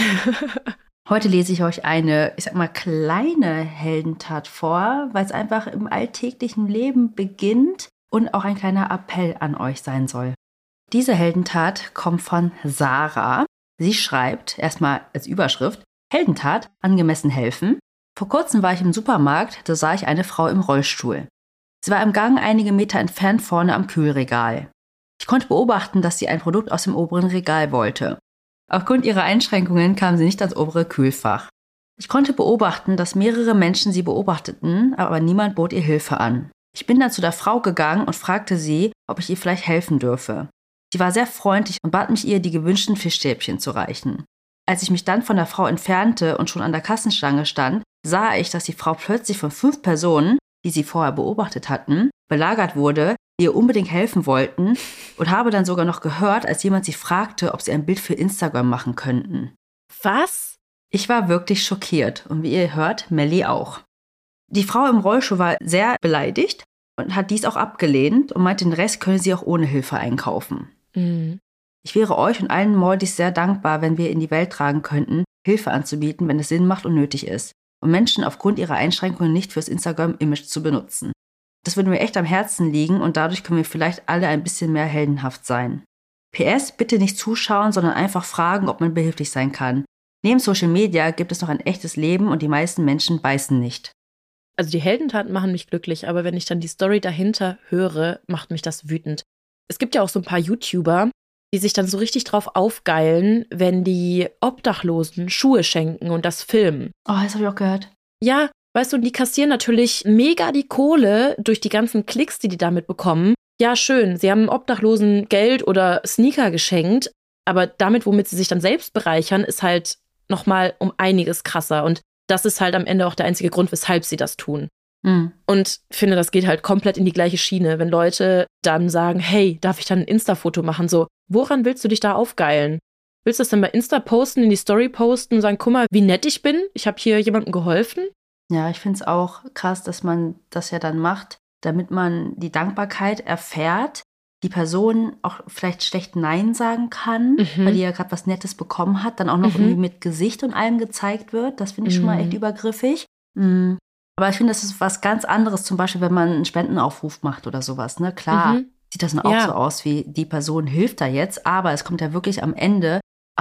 S2: Heute lese ich euch eine, ich sag mal, kleine Heldentat vor, weil es einfach im alltäglichen Leben beginnt und auch ein kleiner Appell an euch sein soll. Diese Heldentat kommt von Sarah. Sie schreibt, erstmal als Überschrift, Heldentat, angemessen helfen. Vor kurzem war ich im Supermarkt, da sah ich eine Frau im Rollstuhl. Sie war im Gang einige Meter entfernt vorne am Kühlregal. Ich konnte beobachten, dass sie ein Produkt aus dem oberen Regal wollte. Aufgrund ihrer Einschränkungen kam sie nicht ans obere Kühlfach. Ich konnte beobachten, dass mehrere Menschen sie beobachteten, aber niemand bot ihr Hilfe an. Ich bin dann zu der Frau gegangen und fragte sie, ob ich ihr vielleicht helfen dürfe. Sie war sehr freundlich und bat mich, ihr die gewünschten Fischstäbchen zu reichen. Als ich mich dann von der Frau entfernte und schon an der Kassenschlange stand, sah ich, dass die Frau plötzlich von 5 Personen, die sie vorher beobachtet hatten, belagert wurde, die ihr unbedingt helfen wollten und habe dann sogar noch gehört, als jemand sie fragte, ob sie ein Bild für Instagram machen könnten.
S1: Was?
S2: Ich war wirklich schockiert und wie ihr hört, Melli auch. Die Frau im Rollstuhl war sehr beleidigt und hat dies auch abgelehnt und meinte, den Rest könne sie auch ohne Hilfe einkaufen.
S1: Mhm.
S2: Ich wäre euch und allen Moldis sehr dankbar, wenn wir in die Welt tragen könnten, Hilfe anzubieten, wenn es Sinn macht und nötig ist. Und Menschen aufgrund ihrer Einschränkungen nicht fürs Instagram-Image zu benutzen. Das würde mir echt am Herzen liegen und dadurch können wir vielleicht alle ein bisschen mehr heldenhaft sein. PS, bitte nicht zuschauen, sondern einfach fragen, ob man behilflich sein kann. Neben Social Media gibt es noch ein echtes Leben und die meisten Menschen beißen nicht.
S1: Also die Heldentaten machen mich glücklich, aber wenn ich dann die Story dahinter höre, macht mich das wütend. Es gibt ja auch so ein paar YouTuber, die sich dann so richtig drauf aufgeilen, wenn die Obdachlosen Schuhe schenken und das filmen.
S2: Oh, das habe ich auch gehört.
S1: Ja, weißt du, die kassieren natürlich mega die Kohle durch die ganzen Klicks, die damit bekommen. Ja, schön, sie haben Obdachlosen Geld oder Sneaker geschenkt, aber damit, womit sie sich dann selbst bereichern, ist halt nochmal um einiges krasser. Und das ist halt am Ende auch der einzige Grund, weshalb sie das tun. Und ich finde, das geht halt komplett in die gleiche Schiene, wenn Leute dann sagen, hey, darf ich dann ein Insta-Foto machen? So, woran willst du dich da aufgeilen? Willst du das dann bei Insta posten, in die Story posten und sagen, guck mal, wie nett ich bin? Ich habe hier jemandem geholfen?
S2: Ja, ich finde es auch krass, dass man das ja dann macht, damit man die Dankbarkeit erfährt, die Person auch vielleicht schlecht Nein sagen kann, weil die ja gerade was Nettes bekommen hat, dann auch noch irgendwie mit Gesicht und allem gezeigt wird. Das finde ich schon mal echt übergriffig. Aber ich finde, das ist was ganz anderes, zum Beispiel, wenn man einen Spendenaufruf macht oder sowas. Ne? Klar, sieht das dann auch so aus, wie die Person hilft da jetzt, aber es kommt ja wirklich am Ende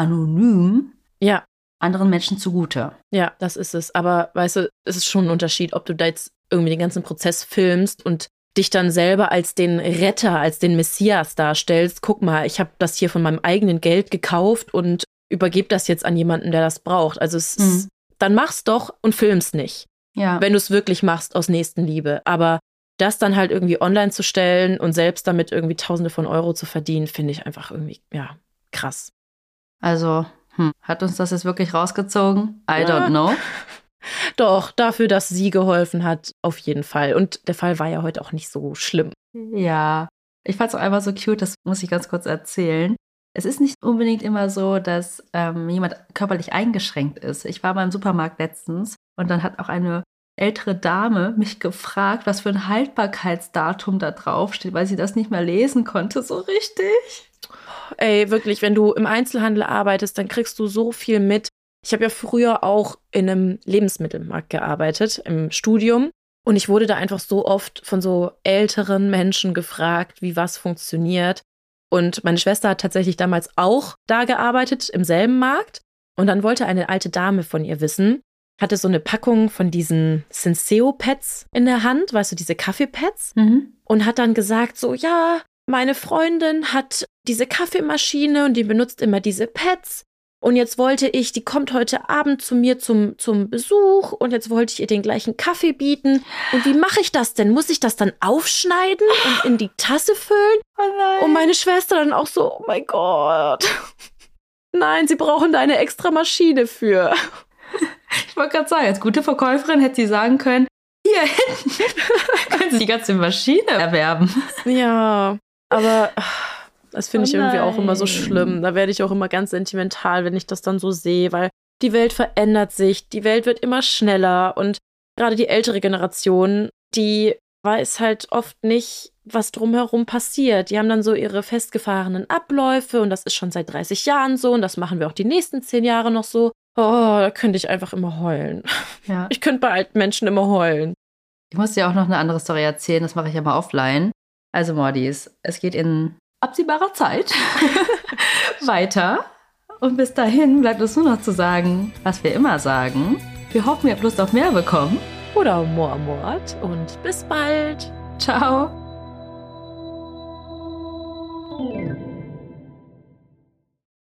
S2: anonym anderen Menschen zugute.
S1: Ja, das ist es. Aber weißt du, es ist schon ein Unterschied, ob du da jetzt irgendwie den ganzen Prozess filmst und dich dann selber als den Retter, als den Messias darstellst. Guck mal, ich habe das hier von meinem eigenen Geld gekauft und übergebe das jetzt an jemanden, der das braucht. Also es ist, dann mach's doch und film's nicht. Ja. Wenn du es wirklich machst aus Nächstenliebe. Aber das dann halt irgendwie online zu stellen und selbst damit irgendwie Tausende von Euro zu verdienen, finde ich einfach irgendwie, ja, krass.
S2: Also, hat uns das jetzt wirklich rausgezogen? I don't know.
S1: Doch, dafür, dass sie geholfen hat, auf jeden Fall. Und der Fall war ja heute auch nicht so schlimm.
S2: Ja, ich fand es auch einfach so cute, das muss ich ganz kurz erzählen. Es ist nicht unbedingt immer so, dass jemand körperlich eingeschränkt ist. Ich war beim Supermarkt letztens und dann hat auch eine ältere Dame mich gefragt, was für ein Haltbarkeitsdatum da drauf steht, weil sie das nicht mehr lesen konnte, so richtig.
S1: Ey, wirklich, wenn du im Einzelhandel arbeitest, dann kriegst du so viel mit. Ich habe ja früher auch in einem Lebensmittelmarkt gearbeitet, im Studium. Und ich wurde da einfach so oft von so älteren Menschen gefragt, wie was funktioniert. Und meine Schwester hat tatsächlich damals auch da gearbeitet, im selben Markt. Und dann wollte eine alte Dame von ihr wissen, hatte so eine Packung von diesen Senseo-Pads in der Hand, weißt du, diese Kaffeepads. Und hat dann gesagt so, ja, meine Freundin hat diese Kaffeemaschine und die benutzt immer diese Pads. Und jetzt wollte ich, die kommt heute Abend zu mir zum Besuch und jetzt wollte ich ihr den gleichen Kaffee bieten. Und wie mache ich das denn? Muss ich das dann aufschneiden und in die Tasse füllen?
S2: Oh nein.
S1: Und meine Schwester dann auch so, oh mein Gott. Nein, sie brauchen da eine extra Maschine für.
S2: Ich wollte gerade sagen, als gute Verkäuferin hätte sie sagen können, hier hinten können Sie die ganze Maschine erwerben.
S1: Ja, aber das finde ich irgendwie auch immer so schlimm. Da werde ich auch immer ganz sentimental, wenn ich das dann so sehe, weil die Welt verändert sich, die Welt wird immer schneller und gerade die ältere Generation, die weiß halt oft nicht, was drumherum passiert. Die haben dann so ihre festgefahrenen Abläufe und das ist schon seit 30 Jahren so und das machen wir auch die nächsten 10 Jahre noch so. Oh, da könnte ich einfach immer heulen.
S2: Ja.
S1: Ich könnte bei alten Menschen immer heulen.
S2: Ich muss dir auch noch eine andere Story erzählen, das mache ich aber offline. Also Mordis, es geht in absehbarer Zeit weiter. Und bis dahin bleibt uns nur noch zu sagen, was wir immer sagen. Wir hoffen, ihr habt Lust auf mehr bekommen.
S1: Oder Mord und bis bald.
S2: Ciao.